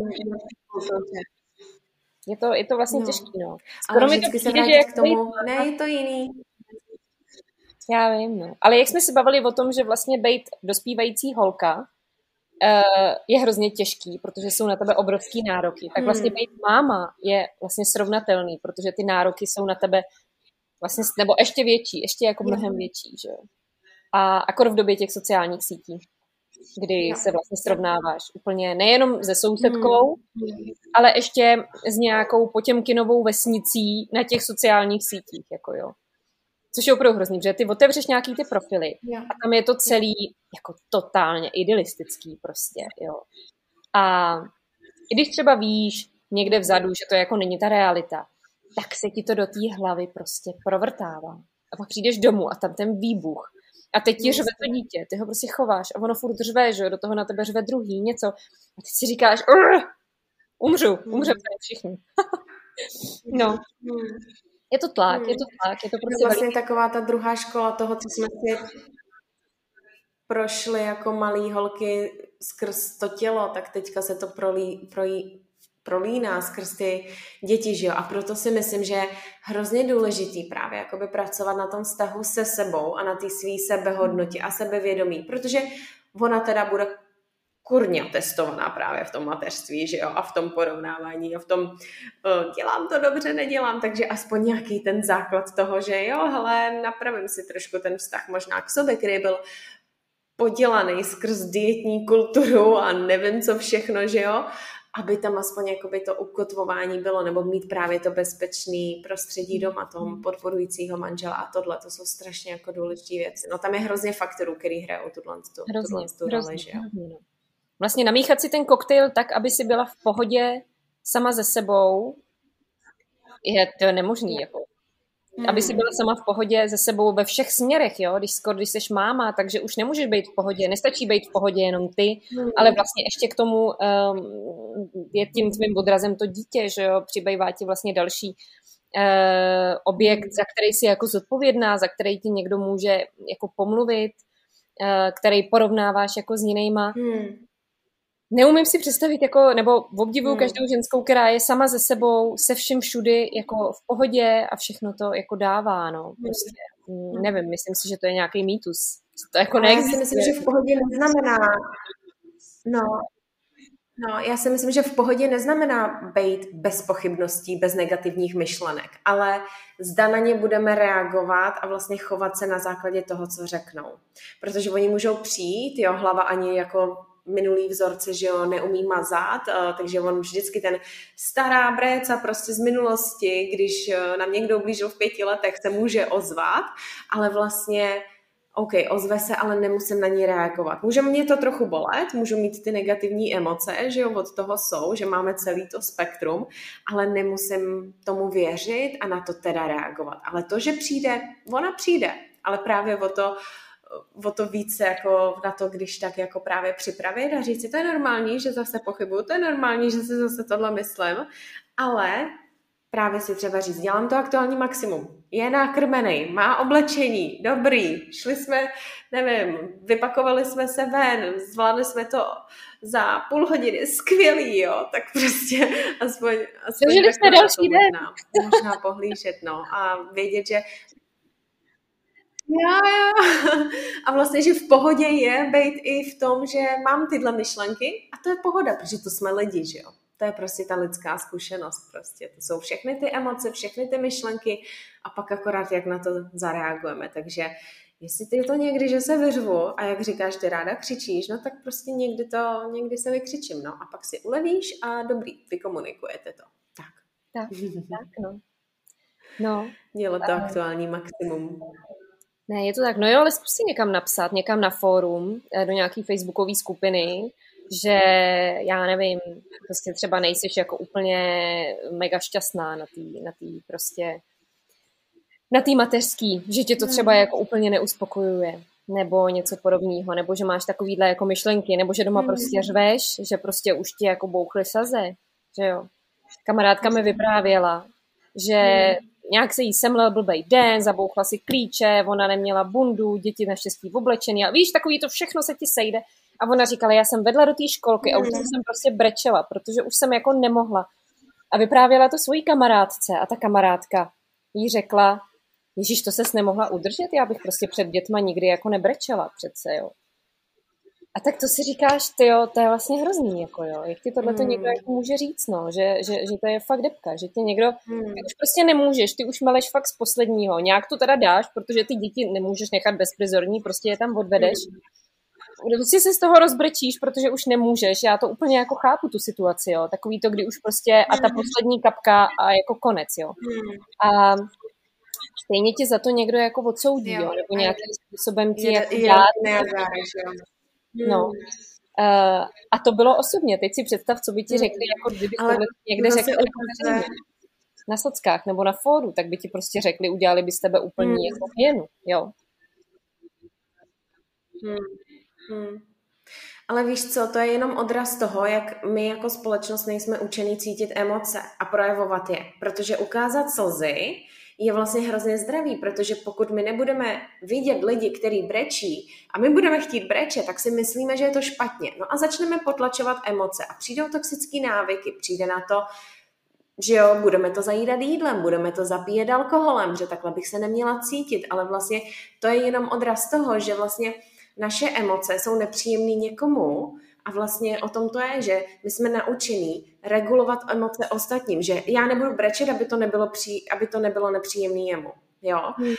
je to, je to vlastně no. těžký, no. Skoro mi to přijde, že jak k tomu, ne, je to jiný. Já vím, no. Ale jak jsme se bavili o tom, že vlastně bejt dospívající holka uh, je hrozně těžký, protože jsou na tebe obrovský nároky, tak vlastně bejt máma je vlastně srovnatelný, protože ty nároky jsou na tebe vlastně, nebo ještě větší, ještě jako mnohem větší, že jo. A akor v době těch sociálních sítí, kdy no. se vlastně srovnáváš úplně nejenom se sousedkou, hmm. ale ještě s nějakou Potěmkinovou vesnicí na těch sociálních sítích, jako jo. Což je opravdu hrozný, protože ty otevřeš nějaký ty profily a tam je to celý jako totálně idylistický prostě, jo. A i když třeba víš někde vzadu, že to jako není ta realita, tak se ti to do té hlavy prostě provrtává. A pak přijdeš domů a tam ten výbuch. A teď ti řve to dítě, ty ho prostě chováš a ono furt řve, že do toho na tebe řve druhý, něco. A ty si říkáš, umřu, umřeme tady všichni. No. Je to tlak, Hmm. je to tlak, je to prostě no vlastně veliký... taková ta druhá škola toho, co jsme si prošly jako malý holky skrz to tělo, tak teďka se to prolí, prolí, prolíná skrz ty děti, že jo? A proto si myslím, že je hrozně důležitý právě jakoby pracovat na tom vztahu se sebou a na té svý sebehodnotě a sebevědomí, protože ona teda bude kurně testovaná právě v tom mateřství, že jo, a v tom porovnávání a v tom uh, dělám to dobře, nedělám, takže aspoň nějaký ten základ toho, že jo, hele, napravím si trošku ten vztah možná k sobě, který byl podělaný skrz dietní kulturu a nevím co všechno, že jo, aby tam aspoň jakoby to ukotvování bylo, nebo mít právě to bezpečný prostředí doma, toho podporujícího manžela a tohle, to jsou strašně jako důležité věci. No tam je hrozně faktorů, který hrajou tuhle tu roli, že jo. Hrozně, no. Vlastně namíchat si ten koktejl tak, aby si byla v pohodě sama se sebou, je to nemožný, jako. Hmm. Aby si byla sama v pohodě se sebou ve všech směrech, jo, když skoro, když jsi máma, takže už nemůžeš být v pohodě, nestačí být v pohodě jenom ty, hmm. ale vlastně ještě k tomu um, je tím tvým odrazem to dítě, že jo, přibývá ti vlastně další uh, objekt, za který jsi jako zodpovědná, za který ti někdo může jako pomluvit, uh, který porovnáváš jako s jinýma. Hmm. Neumím si představit, jako, nebo obdivuju hmm. každou ženskou, která je sama ze sebou, se vším všudy, jako v pohodě a všechno to jako dává, no. Prostě, hmm. nevím, myslím si, že to je nějaký mýtus. To jako neexistuje. Já si myslím, že v pohodě neznamená, no, no, já si myslím, že v pohodě neznamená být bez pochybností, bez negativních myšlenek, ale zda na ně budeme reagovat a vlastně chovat se na základě toho, co řeknou. Protože oni můžou přijít, jo, hlava ani jako minulý vzorce, že jo, neumí mazat, takže on vždycky ten stará bréca prostě z minulosti, když nám někdo ublížil v pěti letech, se může ozvat, ale vlastně OK, ozve se, ale nemusím na ní reagovat. Může mě to trochu bolet, můžu mít ty negativní emoce, že jo, od toho jsou, že máme celý to spektrum, ale nemusím tomu věřit a na to teda reagovat. Ale to, že přijde, ona přijde, ale právě o to, o to více jako na to, když tak jako právě připravit a říct si, to je normální, že zase pochybuju, to je normální, že si zase tohle myslím, ale právě si třeba říct, dělám to aktuální maximum, je nakrmenej, má oblečení, dobrý, šli jsme, nevím, vypakovali jsme se ven, zvládli jsme to za půl hodiny, skvělý, jo, tak prostě aspoň, aspoň jsme další den. Možná, možná pohlížet, no, a vědět, že Jo, jo. A vlastně, že v pohodě je být i v tom, že mám tyhle myšlenky a to je pohoda, protože to jsme lidi, že jo. To je prostě ta lidská zkušenost prostě. To jsou všechny ty emoce, všechny ty myšlenky a pak akorát jak na to zareagujeme. Takže jestli ty to někdy, že se vyřvu a jak říkáš, ty ráda křičíš, no tak prostě někdy to, někdy se vykřičím, no. A pak si ulevíš a dobrý, vykomunikujete to. Tak. Tak, tak, no. No. Dělo to aktuální maximum. Ne, je to tak. No jo, ale zkus si někam napsat, někam na fórum, do nějaký facebookové skupiny, že já nevím, prostě třeba nejsiš jako úplně mega šťastná na tý, na tý prostě, na tý mateřský, že tě to třeba jako úplně neuspokojuje, nebo něco podobného, nebo že máš takovýhle jako myšlenky, nebo že doma prostě řveš, že prostě už ti jako bouchly saze, že jo. Kamarádka mi vyprávěla, že nějak se jí semlel blbej den, zabouchla si klíče, ona neměla bundu, děti naštěstí oblečený a víš, takový to všechno se ti sejde. A ona říkala, já jsem vedla do té školky a už jsem prostě brečela, protože už jsem jako nemohla. A vyprávěla to svojí kamarádce a ta kamarádka jí řekla, Ježíš, to ses nemohla udržet, já bych prostě před dětma nikdy jako nebrečela přece, jo. A tak to si říkáš, tyjo, to je vlastně hrozný, jako jo, jak ti tohle to hmm. někdo jako může říct, no, že, že, že to je fakt depka, že ti někdo, hmm. ty už prostě nemůžeš, ty už meleš fakt z posledního, nějak to teda dáš, protože ty děti nemůžeš nechat bezprizorní, prostě je tam odvedeš, hmm. prostě se z toho rozbrečíš, protože už nemůžeš, já to úplně jako chápu tu situaci, jo, takový to, kdy už prostě a ta poslední kapka a jako konec, jo. Hmm. A stejně ti za to někdo jako odsoudí, jo, jo nebo nějakým způsobem ti jako dát. No. Uh, a to bylo osobně. Teď si představ, co by ti řekli, jako kdyby to někde řekli jako na sockách nebo na fóru, tak by ti prostě řekli, udělali by z tebe úplně hmm. jako hěnu, jo. Hmm. Hmm. Ale víš co, to je jenom odraz toho, jak my jako společnost nejsme učení cítit emoce a projevovat je. Protože ukázat slzy je vlastně hrozně zdravý, protože pokud my nebudeme vidět lidi, který brečí a my budeme chtít brečet, tak si myslíme, že je to špatně. No a začneme potlačovat emoce a přijdou toxické návyky, přijde na to, že jo, budeme to zajídat jídlem, budeme to zapíjet alkoholem, že takhle bych se neměla cítit, ale vlastně to je jenom odraz toho, že vlastně naše emoce jsou nepříjemné někomu a vlastně o tom to je, že my jsme naučení regulovat emoce ostatním, že já nebudu brečet, aby to nebylo, pří, aby to nebylo nepříjemné jemu. Jo?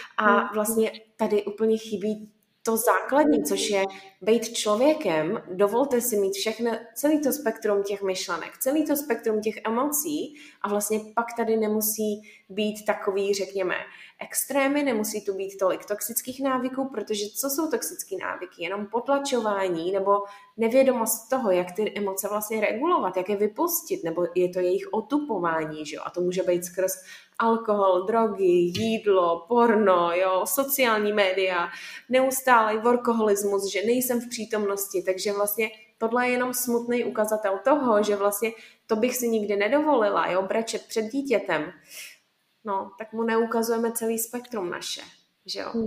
A vlastně tady úplně chybí to základní, což je být člověkem, dovolte si mít všechno, celý to spektrum těch myšlenek, celý to spektrum těch emocí a vlastně pak tady nemusí být takový, řekněme, extrémy, nemusí tu být tolik toxických návyků, protože co jsou toxické návyky? Jenom potlačování nebo nevědomost toho, jak ty emoce vlastně regulovat, jak je vypustit, nebo je to jejich otupování, že jo? A to může být skrz alkohol, drogy, jídlo, porno, jo, sociální média, neustálý workoholismus, že nejsem v přítomnosti, takže vlastně tohle je jenom smutný ukazatel toho, že vlastně to bych si nikdy nedovolila, jo, brečet před dítětem. No, tak mu neukazujeme celý spektrum naše, že jo.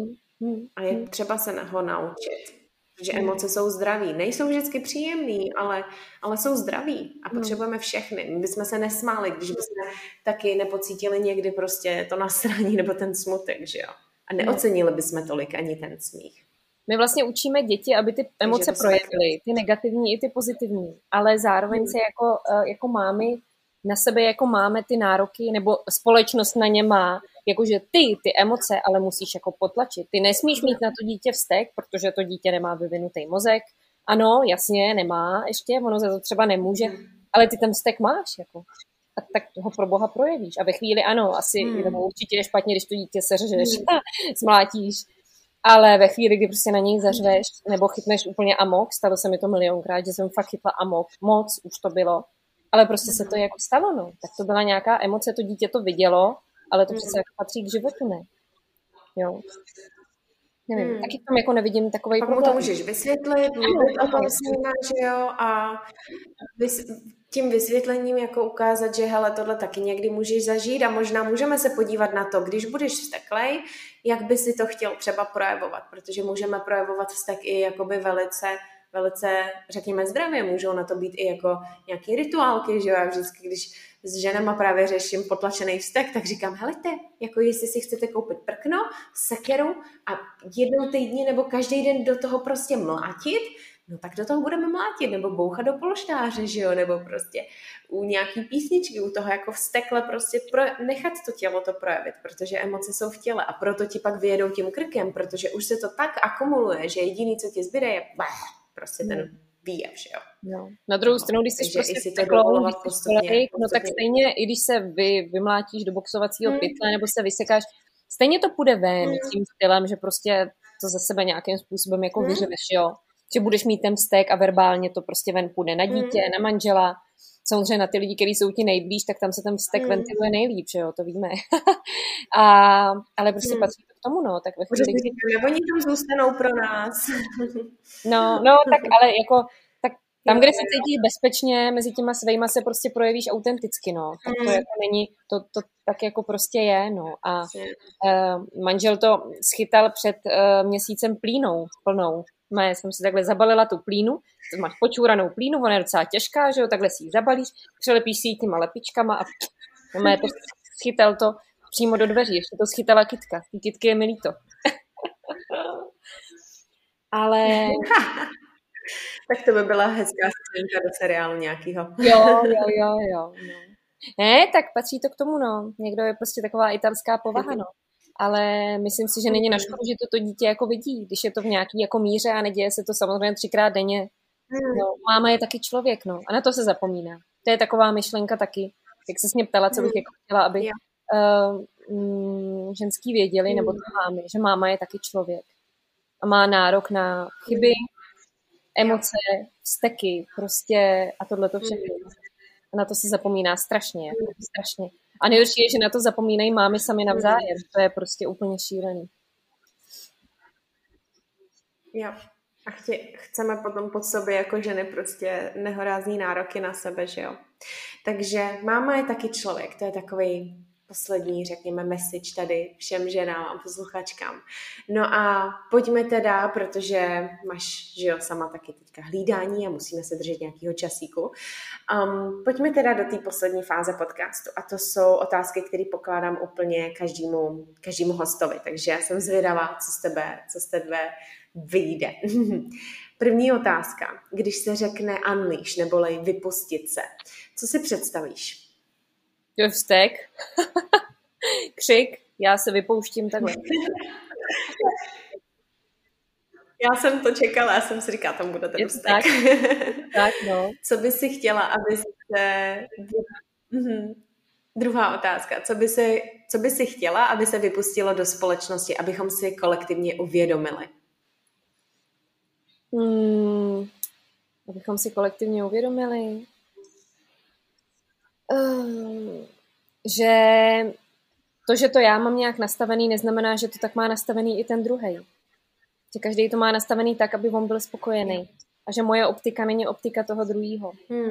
A je třeba se ho naučit, protože emoce jsou zdraví. Nejsou vždycky příjemný, ale, ale jsou zdraví a potřebujeme všechny. My bychom se nesmáli, když bychom taky nepocítili někdy prostě to nasrání nebo ten smutek, že jo. A neocenili bychom tolik ani ten smích. My vlastně učíme děti, aby ty emoce projevily, ty negativní i ty pozitivní, ale zároveň se jako, jako mámy na sebe jako máme ty nároky, nebo společnost na ně má, jakože ty, ty emoce, ale musíš jako potlačit. Ty nesmíš mít na to dítě vztek, protože to dítě nemá vyvinutý mozek. Ano, jasně, nemá ještě, ono se to třeba nemůže, ale ty ten vztek máš, jako. A tak ho pro boha projevíš. A ve chvíli, ano, asi, hmm. nebo určitě je špatně, když to dítě seřeš a zmlátíš, ale ve chvíli, kdy prostě na něj zařveš, nebo chytneš úplně amok, stalo se mi to milionkrát, že jsem fakt chytla amok, moc už to bylo, ale prostě se to jako stalo, no. Tak to byla nějaká emoce, to dítě to vidělo, ale to přece jako patří k životu, ne? Jo. Nevím, hmm. taky v tom jako nevidím takovej pak problém. Pak mu to můžeš vysvětlit, mluvit o tom s nima, že jo, a vys, tím vysvětlením jako ukázat, že hele, tohle taky někdy můžeš zažít a možná můžeme se podívat na to, když budeš vzteklej, jak by si to chtěl třeba projevovat, protože můžeme projevovat vztek i jakoby velice velice, řekněme, zdravě, můžou na to být i jako nějaký rituálky, že jo, já vždycky, když s ženama právě řeším potlačený vztek, tak říkám, helejte, jako jestli si chcete koupit prkno, sekeru a jednou týdně nebo každý den do toho prostě mlátit, no tak do toho budeme mlátit, nebo bouchat do polštáře, že jo, nebo prostě u nějaký písničky, u toho jako vztekle prostě pro, nechat to tělo to projevit, protože emoce jsou v těle a proto ti pak vyjedou tím krkem, protože už se to tak akumuluje, že jediný, co ti zbyde, je prostě ten výjev, že jo. No. Na druhou stranu, když jsi prostě vzteklou, když jsi postupně, no tak stejně, i když se vy, vymlátíš do boxovacího hmm. pytle, nebo se vysekáš, stejně to půjde ven hmm. tím stylem, že prostě to ze sebe nějakým způsobem jako hmm. vyřeveš, jo. Že budeš mít ten vztek a verbálně to prostě ven půjde na dítě, hmm. na manžela, samozřejmě na ty lidi, kteří jsou ti nejblíž, tak tam se ten vztek hmm. ventiluje nejlíp, že jo, to víme. a, ale prostě hmm. patří to k tomu, no. Tak ve chvíli, kdy... Oni tam zůstanou pro nás. no, no, tak ale jako, tak tam, kde se cítíš bezpečně, mezi těma svejma se prostě projevíš autenticky, no. Tak to jako není, to, to tak jako prostě je, no. A uh, manžel to schytal před uh, měsícem plínou plnou. Mé, jsem si takhle zabalila tu plínu, máš počůranou plínu, ona je docela těžká, že jo, takhle si ji zabalíš, přelepíš si ji těma lepičkama a mé to schytal to přímo do dveří, ještě to schytala kytka. Ty kytky je mi líto. Ale... Tak to by byla hezká scénka do seriálu nějakýho. jo, jo, jo, jo. No. Ne, tak patří to k tomu, no. Někdo je prostě taková italská povaha, no. Ale myslím si, že není na škodu, že to, to dítě jako vidí, když je to v nějaký jako míře a neděje se to samozřejmě třikrát denně. No, máma je taky člověk, no. A na to se zapomíná. To je taková myšlenka taky, jak se s mě ptala, co bych jako chtěla, aby uh, mm, ženský věděli, nebo to mámy, že máma je taky člověk. A má nárok na chyby, emoce, vzteky, prostě a tohleto všechno. A na to se zapomíná strašně, jako strašně. A nejhorší je, že na to zapomínají mámy sami navzájem. To je prostě úplně šílený. Jo. A chtě, chceme potom pod sobě jako ženy prostě nehorázný nároky na sebe, že jo. Takže máma je taky člověk, to je takový poslední, řekněme, message tady všem ženám a posluchačkám. No a pojďme teda, protože máš, že jo, sama taky teďka hlídání a musíme se držet nějakého časíku. Um, pojďme teda do té poslední fáze podcastu a to jsou otázky, které pokládám úplně každému, každému hostovi, takže já jsem zvědavá, co z tebe, co z tebe vyjde. První otázka, když se řekne unleash, neboli vypustit se, co si představíš? Je vztek, křik, já se vypouštím takhle. Já jsem to čekala, já jsem si říkala, tam bude ten vztek. Tak, tak, no. Co by si chtěla, aby se... Mhm. Druhá otázka. Co by, se, co by si chtěla, aby se vypustilo do společnosti, abychom si kolektivně uvědomili? Hmm, abychom si kolektivně uvědomili... Um, že to, že to já mám nějak nastavený, neznamená, že to tak má nastavený i ten druhej. Že každý to má nastavený tak, aby on byl spokojený. A že moje optika není optika toho druhého. Hmm.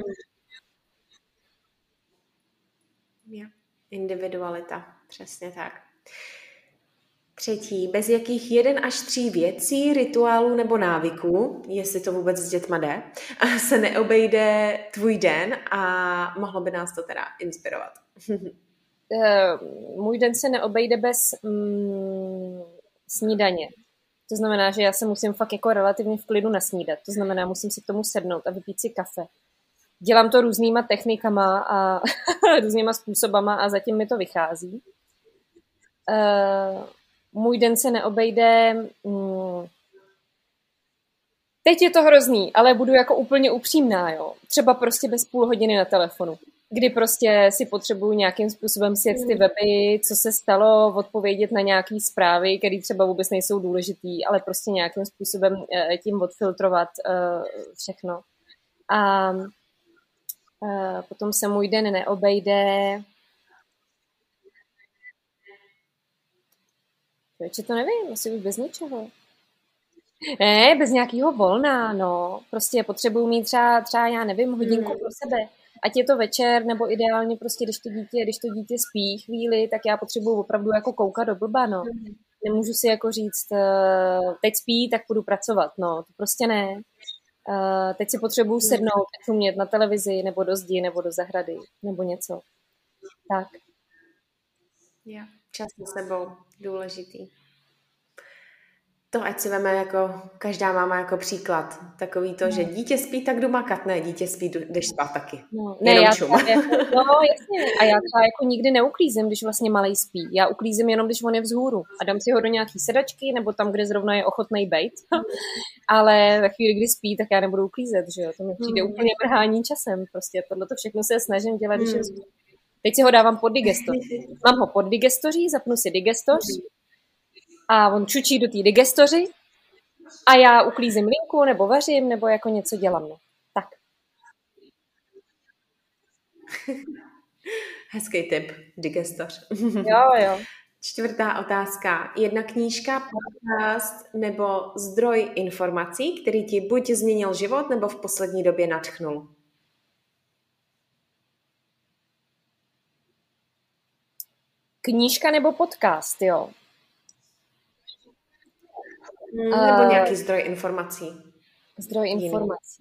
Yeah. Individualita, přesně tak. Třetí, bez jakých jeden až tří věcí, rituálů nebo návyků, jestli to vůbec s dětma jde, se neobejde tvůj den a mohlo by nás to teda inspirovat. Můj den se neobejde bez mm, snídaně. To znamená, že já se musím fakt jako relativně v klidu nasnídat. To znamená, musím si k tomu sednout a vypít si kafe. Dělám to různýma technikama a různýma způsobama a zatím mi to vychází. Uh, Můj den se neobejde... Hmm. Teď je to hrozný, ale budu jako úplně upřímná, jo. Třeba prostě bez půl hodiny na telefonu, kdy prostě si potřebuju nějakým způsobem sjet ty weby, co se stalo, odpovědět na nějaký zprávy, které třeba vůbec nejsou důležitý, ale prostě nějakým způsobem tím odfiltrovat všechno. A potom se můj den neobejde... Proč to nevím, asi už bez ničeho. Ne, bez nějakého volna, no. Prostě potřebuju mít třeba, třeba já nevím, hodinku pro sebe. Ať je to večer, nebo ideálně prostě, když to dítě, když to dítě spí chvíli, tak já potřebuju opravdu jako koukat do blba, no. Nemůžu si jako říct, teď spí, tak půjdu pracovat, no. To prostě ne. Teď si potřebuju sednout, umět na televizi, nebo do zdi, nebo do zahrady, nebo něco. Tak. Já. Čas s sebou, důležitý. To ať si veme jako, každá máma jako příklad. Takový to, no. Že dítě spí, tak jdu makat. Ne, dítě spí, jdeš spát taky. No, ne, já třeba, jako, no jasně. A já třeba jako nikdy neuklízím, když vlastně malej spí. Já uklízím jenom, když on je vzhůru. A dám si ho do nějaký sedačky, nebo tam, kde zrovna je ochotnej bejt. Ale ve chvíli, kdy spí, tak já nebudu uklízet, že jo. To mi přijde hmm. úplně mrhání časem. Prostě tohleto všechno se snažím dělat, když hmm. je spí. Teď si ho dávám pod digestor. Mám ho pod digestoří, zapnu si digestoř a on čučí do té digestoři a já uklízím linku, nebo vařím, nebo jako něco dělám. No. Tak. Hezký tip, digestoř. Jo, jo. Čtvrtá otázka. Jedna knížka, podcast nebo zdroj informací, který ti buď změnil život, nebo v poslední době nadchnul? Knížka nebo podcast, jo? Nebo uh, nějaký zdroj informací. Zdroj informací.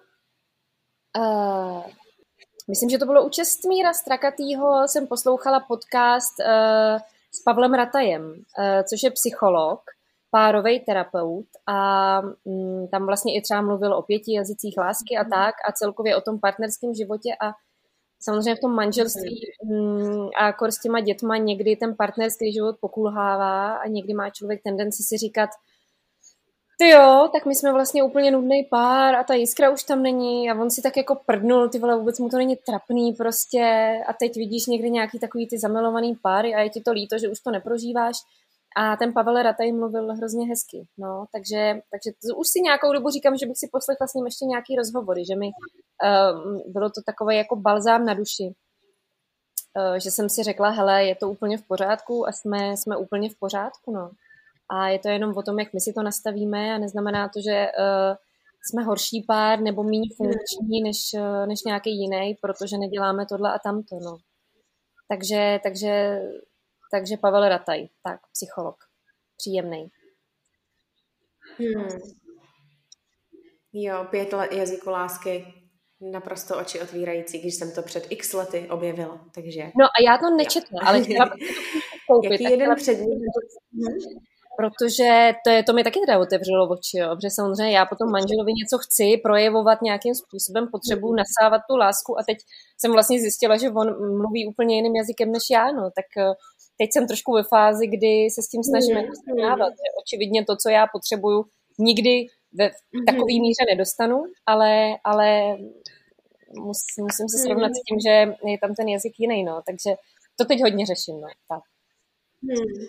Uh, myslím, že to bylo u Čestmíra Strakatýho, jsem poslouchala podcast uh, s Pavlem Ratajem, uh, což je psycholog, párovej terapeut a um, tam vlastně i třeba mluvil o pěti jazycích lásky a tak a celkově o tom partnerském životě a samozřejmě v tom manželství um, a kor s těma dětma někdy ten partnerský život pokulhává a někdy má člověk tendenci si říkat ty jo, tak my jsme vlastně úplně nudný pár a ta jiskra už tam není a on si tak jako prdnul, ty vole, vůbec mu to není trapný prostě a teď vidíš někdy nějaký takový ty zamilovaný páry a je ti to líto, že už to neprožíváš a ten Pavel Rataj mluvil hrozně hezky, no, takže, takže to už si nějakou dobu říkám, že bych si poslechla s ním ještě nějaký rozhovory, že mi uh, bylo to takové jako balzám na duši, uh, že jsem si řekla, hele, je to úplně v pořádku a jsme, jsme úplně v pořádku, no. A je to jenom o tom, jak my si to nastavíme a neznamená to, že uh, jsme horší pár nebo méně funkční než, uh, než nějaký jiný, protože neděláme tohle a tamto, no. Takže, takže, takže Pavel Rataj, tak, psycholog. Příjemný. Hmm. Jo, pět let jazyku lásky, naprosto oči otvírající, když jsem to před x lety objevila, takže... No a já to nečetla, ale chtěla bych to koupit. Jaký jeden předmět? Protože to, je, to mi taky teda otevřelo oči, jo, protože samozřejmě já potom manželovi něco chci projevovat nějakým způsobem, potřebuji nasávat tu lásku a teď jsem vlastně zjistila, že on mluví úplně jiným jazykem než já, no, tak teď jsem trošku ve fázi, kdy se s tím snažím jako srovnávat, že očividně to, co já potřebuju, nikdy ve takové míře nedostanu, ale, ale mus, musím se srovnat s tím, že je tam ten jazyk jiný, no, takže to teď hodně řeším, no, tak. Hmm.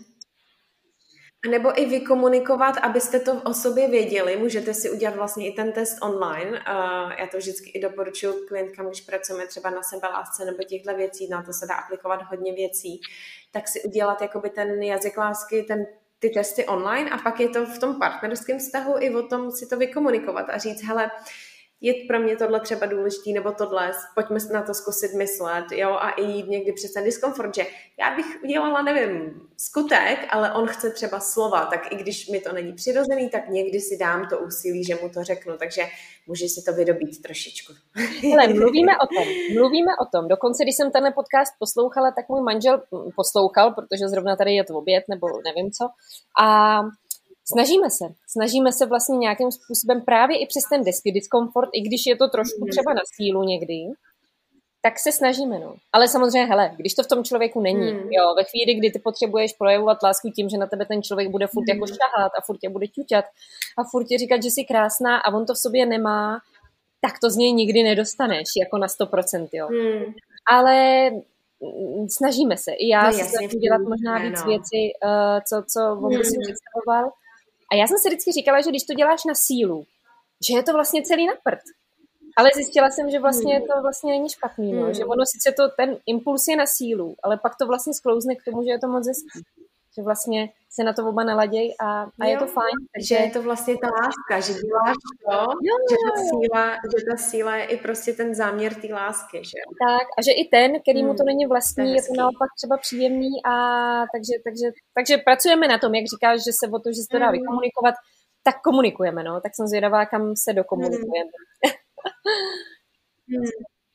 A nebo i vykomunikovat, abyste to o sobě věděli. Můžete si udělat vlastně i ten test online. Uh, já to vždycky i doporučuji klientkám, když pracujeme třeba na sebelásce nebo těchto věcí, na to se dá aplikovat hodně věcí, tak si udělat jakoby ten jazyk lásky, ten, ty testy online a pak je to v tom partnerském vztahu i o tom si to vykomunikovat a říct, hele, je pro mě tohle třeba důležitý, nebo tohle, pojďme na to zkusit myslet, jo, a i jít někdy přes ten diskomfort, že já bych udělala, nevím, skutek, ale on chce třeba slova, tak i když mi to není přirozený, tak někdy si dám to úsilí, že mu to řeknu, takže může si to vydobít trošičku. Ale mluvíme o tom, mluvíme o tom. Dokonce, když jsem tenhle podcast poslouchala, tak můj manžel poslouchal, protože zrovna tady je to oběd, nebo nevím co, a Snažíme se. Snažíme se vlastně nějakým způsobem právě i přes ten diskomfort, i když je to trošku třeba na sílu někdy, tak se snažíme, no. Ale samozřejmě, hele, když to v tom člověku není, mm. jo, ve chvíli, kdy ty potřebuješ projevovat lásku tím, že na tebe ten člověk bude furt mm. jako šahat a furt tě bude ťuťat a furt ti říkat, že jsi krásná a on to v sobě nemá, tak to z něj nikdy nedostaneš, jako na sto procent, jo. Mm. Ale snažíme se. I já no, se snažím dělat možná víc no. věci, uh, co, co on by si představoval. A já jsem si vždycky říkala, že když to děláš na sílu, že je to vlastně celý na prd. Ale zjistila jsem, že vlastně to vlastně není špatný, no. Že ono sice to, ten impuls je na sílu, ale pak to vlastně sklouzne k tomu, že je to moc hezký. Že vlastně se na to oba naladěj a, a je to fajn. Takže je to vlastně ta láska, že děláš to, jo, že, ta síla, že ta síla je i prostě ten záměr té lásky, že tak, a že i ten, který mu to není vlastní, to je, je to naopak třeba příjemný a takže, takže, takže pracujeme na tom, jak říkáš, že se o to, že se to dá vykomunikovat, tak komunikujeme, no, tak jsem zvědavá, kam se dokomunikujeme. Hmm.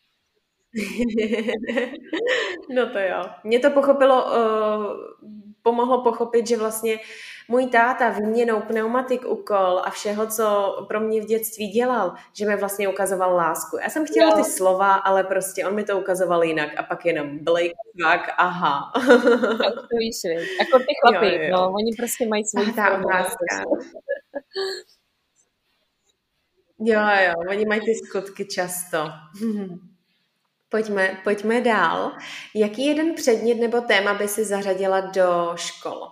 No to jo. Mě to pochopilo, uh, pomohlo pochopit, že vlastně můj táta výměnou pneumatik úkol a všeho, co pro mě v dětství dělal, že mi vlastně ukazoval lásku. Já jsem chtěla jo. ty slova, ale prostě on mi to ukazoval jinak a pak jenom blejk, tak, aha. To víš, jako ty chlapi, jo, jo. no, oni prostě mají svůj formu. Jo, jo, oni mají ty skutky často. Pojďme, pojďme dál. Jaký jeden předmět nebo téma by si zařadila do škol?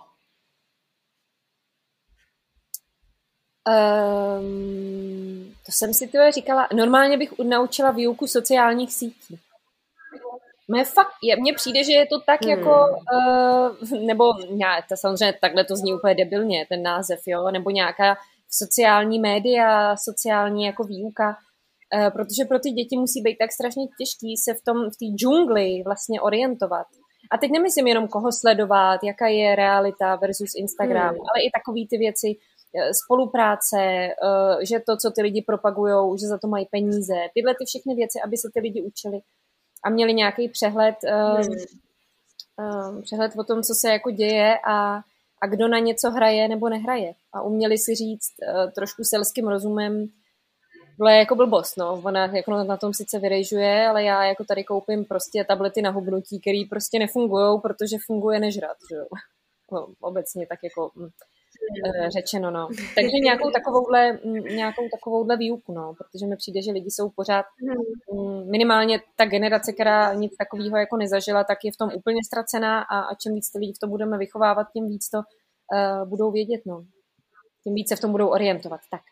Um, to jsem si tyhle říkala. Normálně bych naučila výuku sociálních sítí. Mně fakt, mně přijde, že je to tak hmm. jako, uh, nebo já, to samozřejmě takhle to zní úplně debilně, ten název, jo, nebo nějaká sociální média, sociální jako výuka, uh, protože pro ty děti musí být tak strašně těžký se v tom, v té džungli vlastně orientovat. A teď nemyslím jenom koho sledovat, jaká je realita versus Instagram, hmm. ale i takový ty věci, spolupráce, uh, že to, co ty lidi propagujou, že za to mají peníze, tyhle ty všechny věci, aby se ty lidi učili a měli nějaký přehled, uh, uh, přehled o tom, co se jako děje a, a kdo na něco hraje nebo nehraje. A uměli si říct uh, trošku selským rozumem, tohle je jako blbost, no. Ona jako na tom sice vyrejžuje, ale já jako tady koupím prostě tablety na hubnutí, které prostě nefungujou, protože funguje nežrat, že jo. No, obecně tak jako řečeno, no. Takže nějakou takovouhle, nějakou takovouhle výuku, no, protože mi přijde, že lidi jsou pořád minimálně ta generace, která nic takového jako nezažila, tak je v tom úplně ztracená a, a čím víc ty lidi v tom budeme vychovávat, tím víc to uh, budou vědět, no. Tím víc se v tom budou orientovat, tak.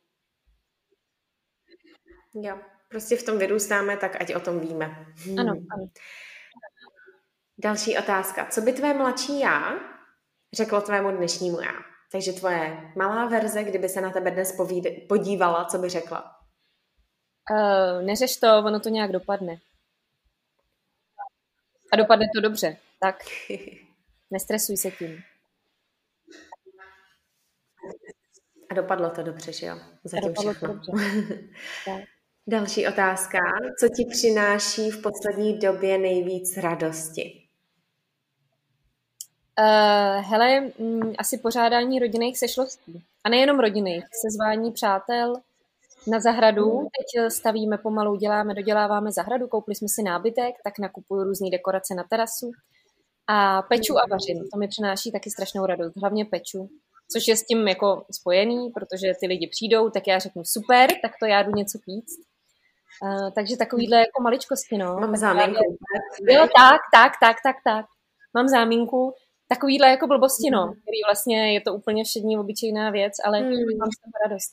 Jo, prostě v tom vyrůstáme, tak ať o tom víme. Hmm. Ano, ano. Další otázka. Co by tvé mladší já řeklo tvému dnešnímu já? Takže tvoje malá verze, kdyby se na tebe dnes povíd- podívala, co by řekla? Uh, neřeš to, ono to nějak dopadne. A dopadne to dobře. Tak nestresuj se tím. A dopadlo to dobře, že jo? Zatím všechno. Tak. Další otázka. Co ti přináší v poslední době nejvíc radosti? Uh, hele, m, asi pořádání rodinných sešlostí. A nejenom rodinných, sezvání přátel na zahradu. Teď stavíme pomalu, děláme, doděláváme zahradu, koupili jsme si nábytek, tak nakupuju různé dekorace na terasu. A peču a vařím. To mi přináší taky strašnou radost. Hlavně peču. Což je s tím jako spojený, protože ty lidi přijdou, tak já řeknu super, tak to já jdu něco píct. Uh, takže takovýhle jako maličkosti, no. Mám záminku. Jo, tak, tak, tak, tak, tak. Mám záminku. Takovýhle jako blbosti, no. Který vlastně je to úplně všední, obyčejná věc, ale hmm. mám z toho radost.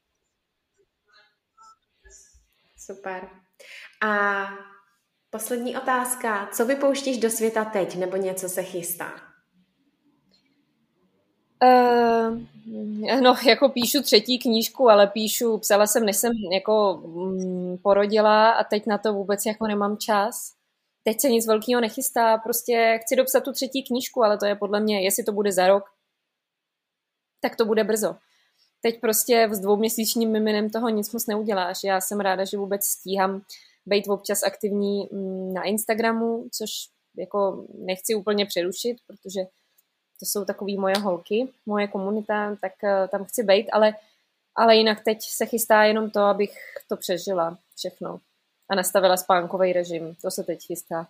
Super. A poslední otázka. Co vypouštíš do světa teď, nebo něco se chystá? Uh, no, jako píšu třetí knížku, ale píšu, psala jsem, než jsem jako mm, porodila a teď na to vůbec jako nemám čas. Teď se nic velkého nechystá, prostě chci dopsat tu třetí knížku, ale to je podle mě, jestli to bude za rok, tak to bude brzo. Teď prostě s dvouměsíčním miminem toho nic moc neuděláš. Já jsem ráda, že vůbec stíhám být občas aktivní na Instagramu, což jako nechci úplně přerušit, protože to jsou takový moje holky, moje komunita, tak tam chci být, ale, ale jinak teď se chystá jenom to, abych to přežila všechno. A nastavila spánkový režim. To se teď chystá.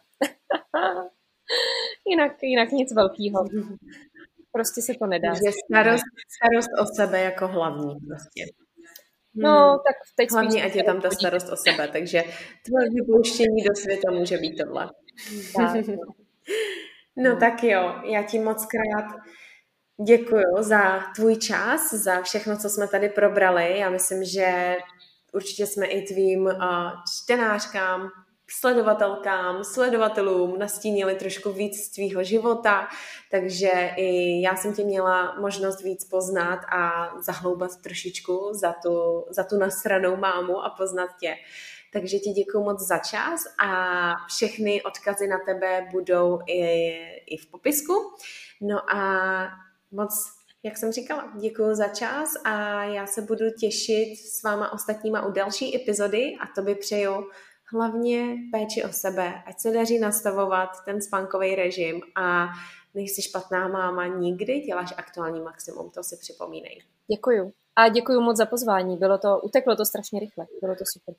jinak, jinak nic velkýho. Prostě se to nedá. Takže starost, starost o sebe jako hlavní prostě. No, hmm. tak teď hlavně, ať je tam ta starost o sebe, takže tvoje vypouštění do světa může být tohle. Tak. No tak jo, já ti moc krát děkuju za tvůj čas, za všechno, co jsme tady probrali. Já myslím, že určitě jsme i tvým uh, čtenářkám, sledovatelkám, sledovatelům nastínili trošku víc z tvýho života, takže i já jsem tě měla možnost víc poznat a zahloubat trošičku za tu, za tu nasranou mámu a poznat tě. Takže ti děkuju moc za čas a všechny odkazy na tebe budou i, i v popisku. No a moc, jak jsem říkala, děkuju za čas a já se budu těšit s váma ostatníma u další epizody a tobě přeju hlavně péči o sebe, ať se daří nastavovat ten spánkový režim a nejsi špatná máma nikdy, děláš aktuální maximum, to si připomínej. Děkuju. A děkuju moc za pozvání, bylo to, uteklo to strašně rychle, bylo to super.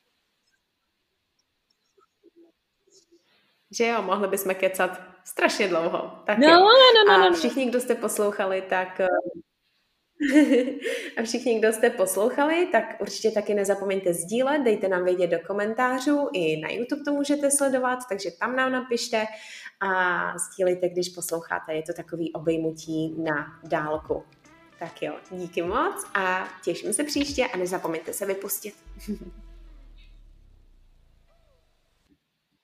Že jo, mohli bychom kecat strašně dlouho. Tak no, no, no, no, a všichni, kdo jste poslouchali, tak a všichni, kdo jste poslouchali, tak určitě taky nezapomeňte sdílet, dejte nám vědět do komentářů, i na YouTube to můžete sledovat, takže tam nám napište a sdílejte, když posloucháte, je to takový obejmutí na dálku. Tak jo, díky moc a těším se příště a nezapomeňte se vypustit.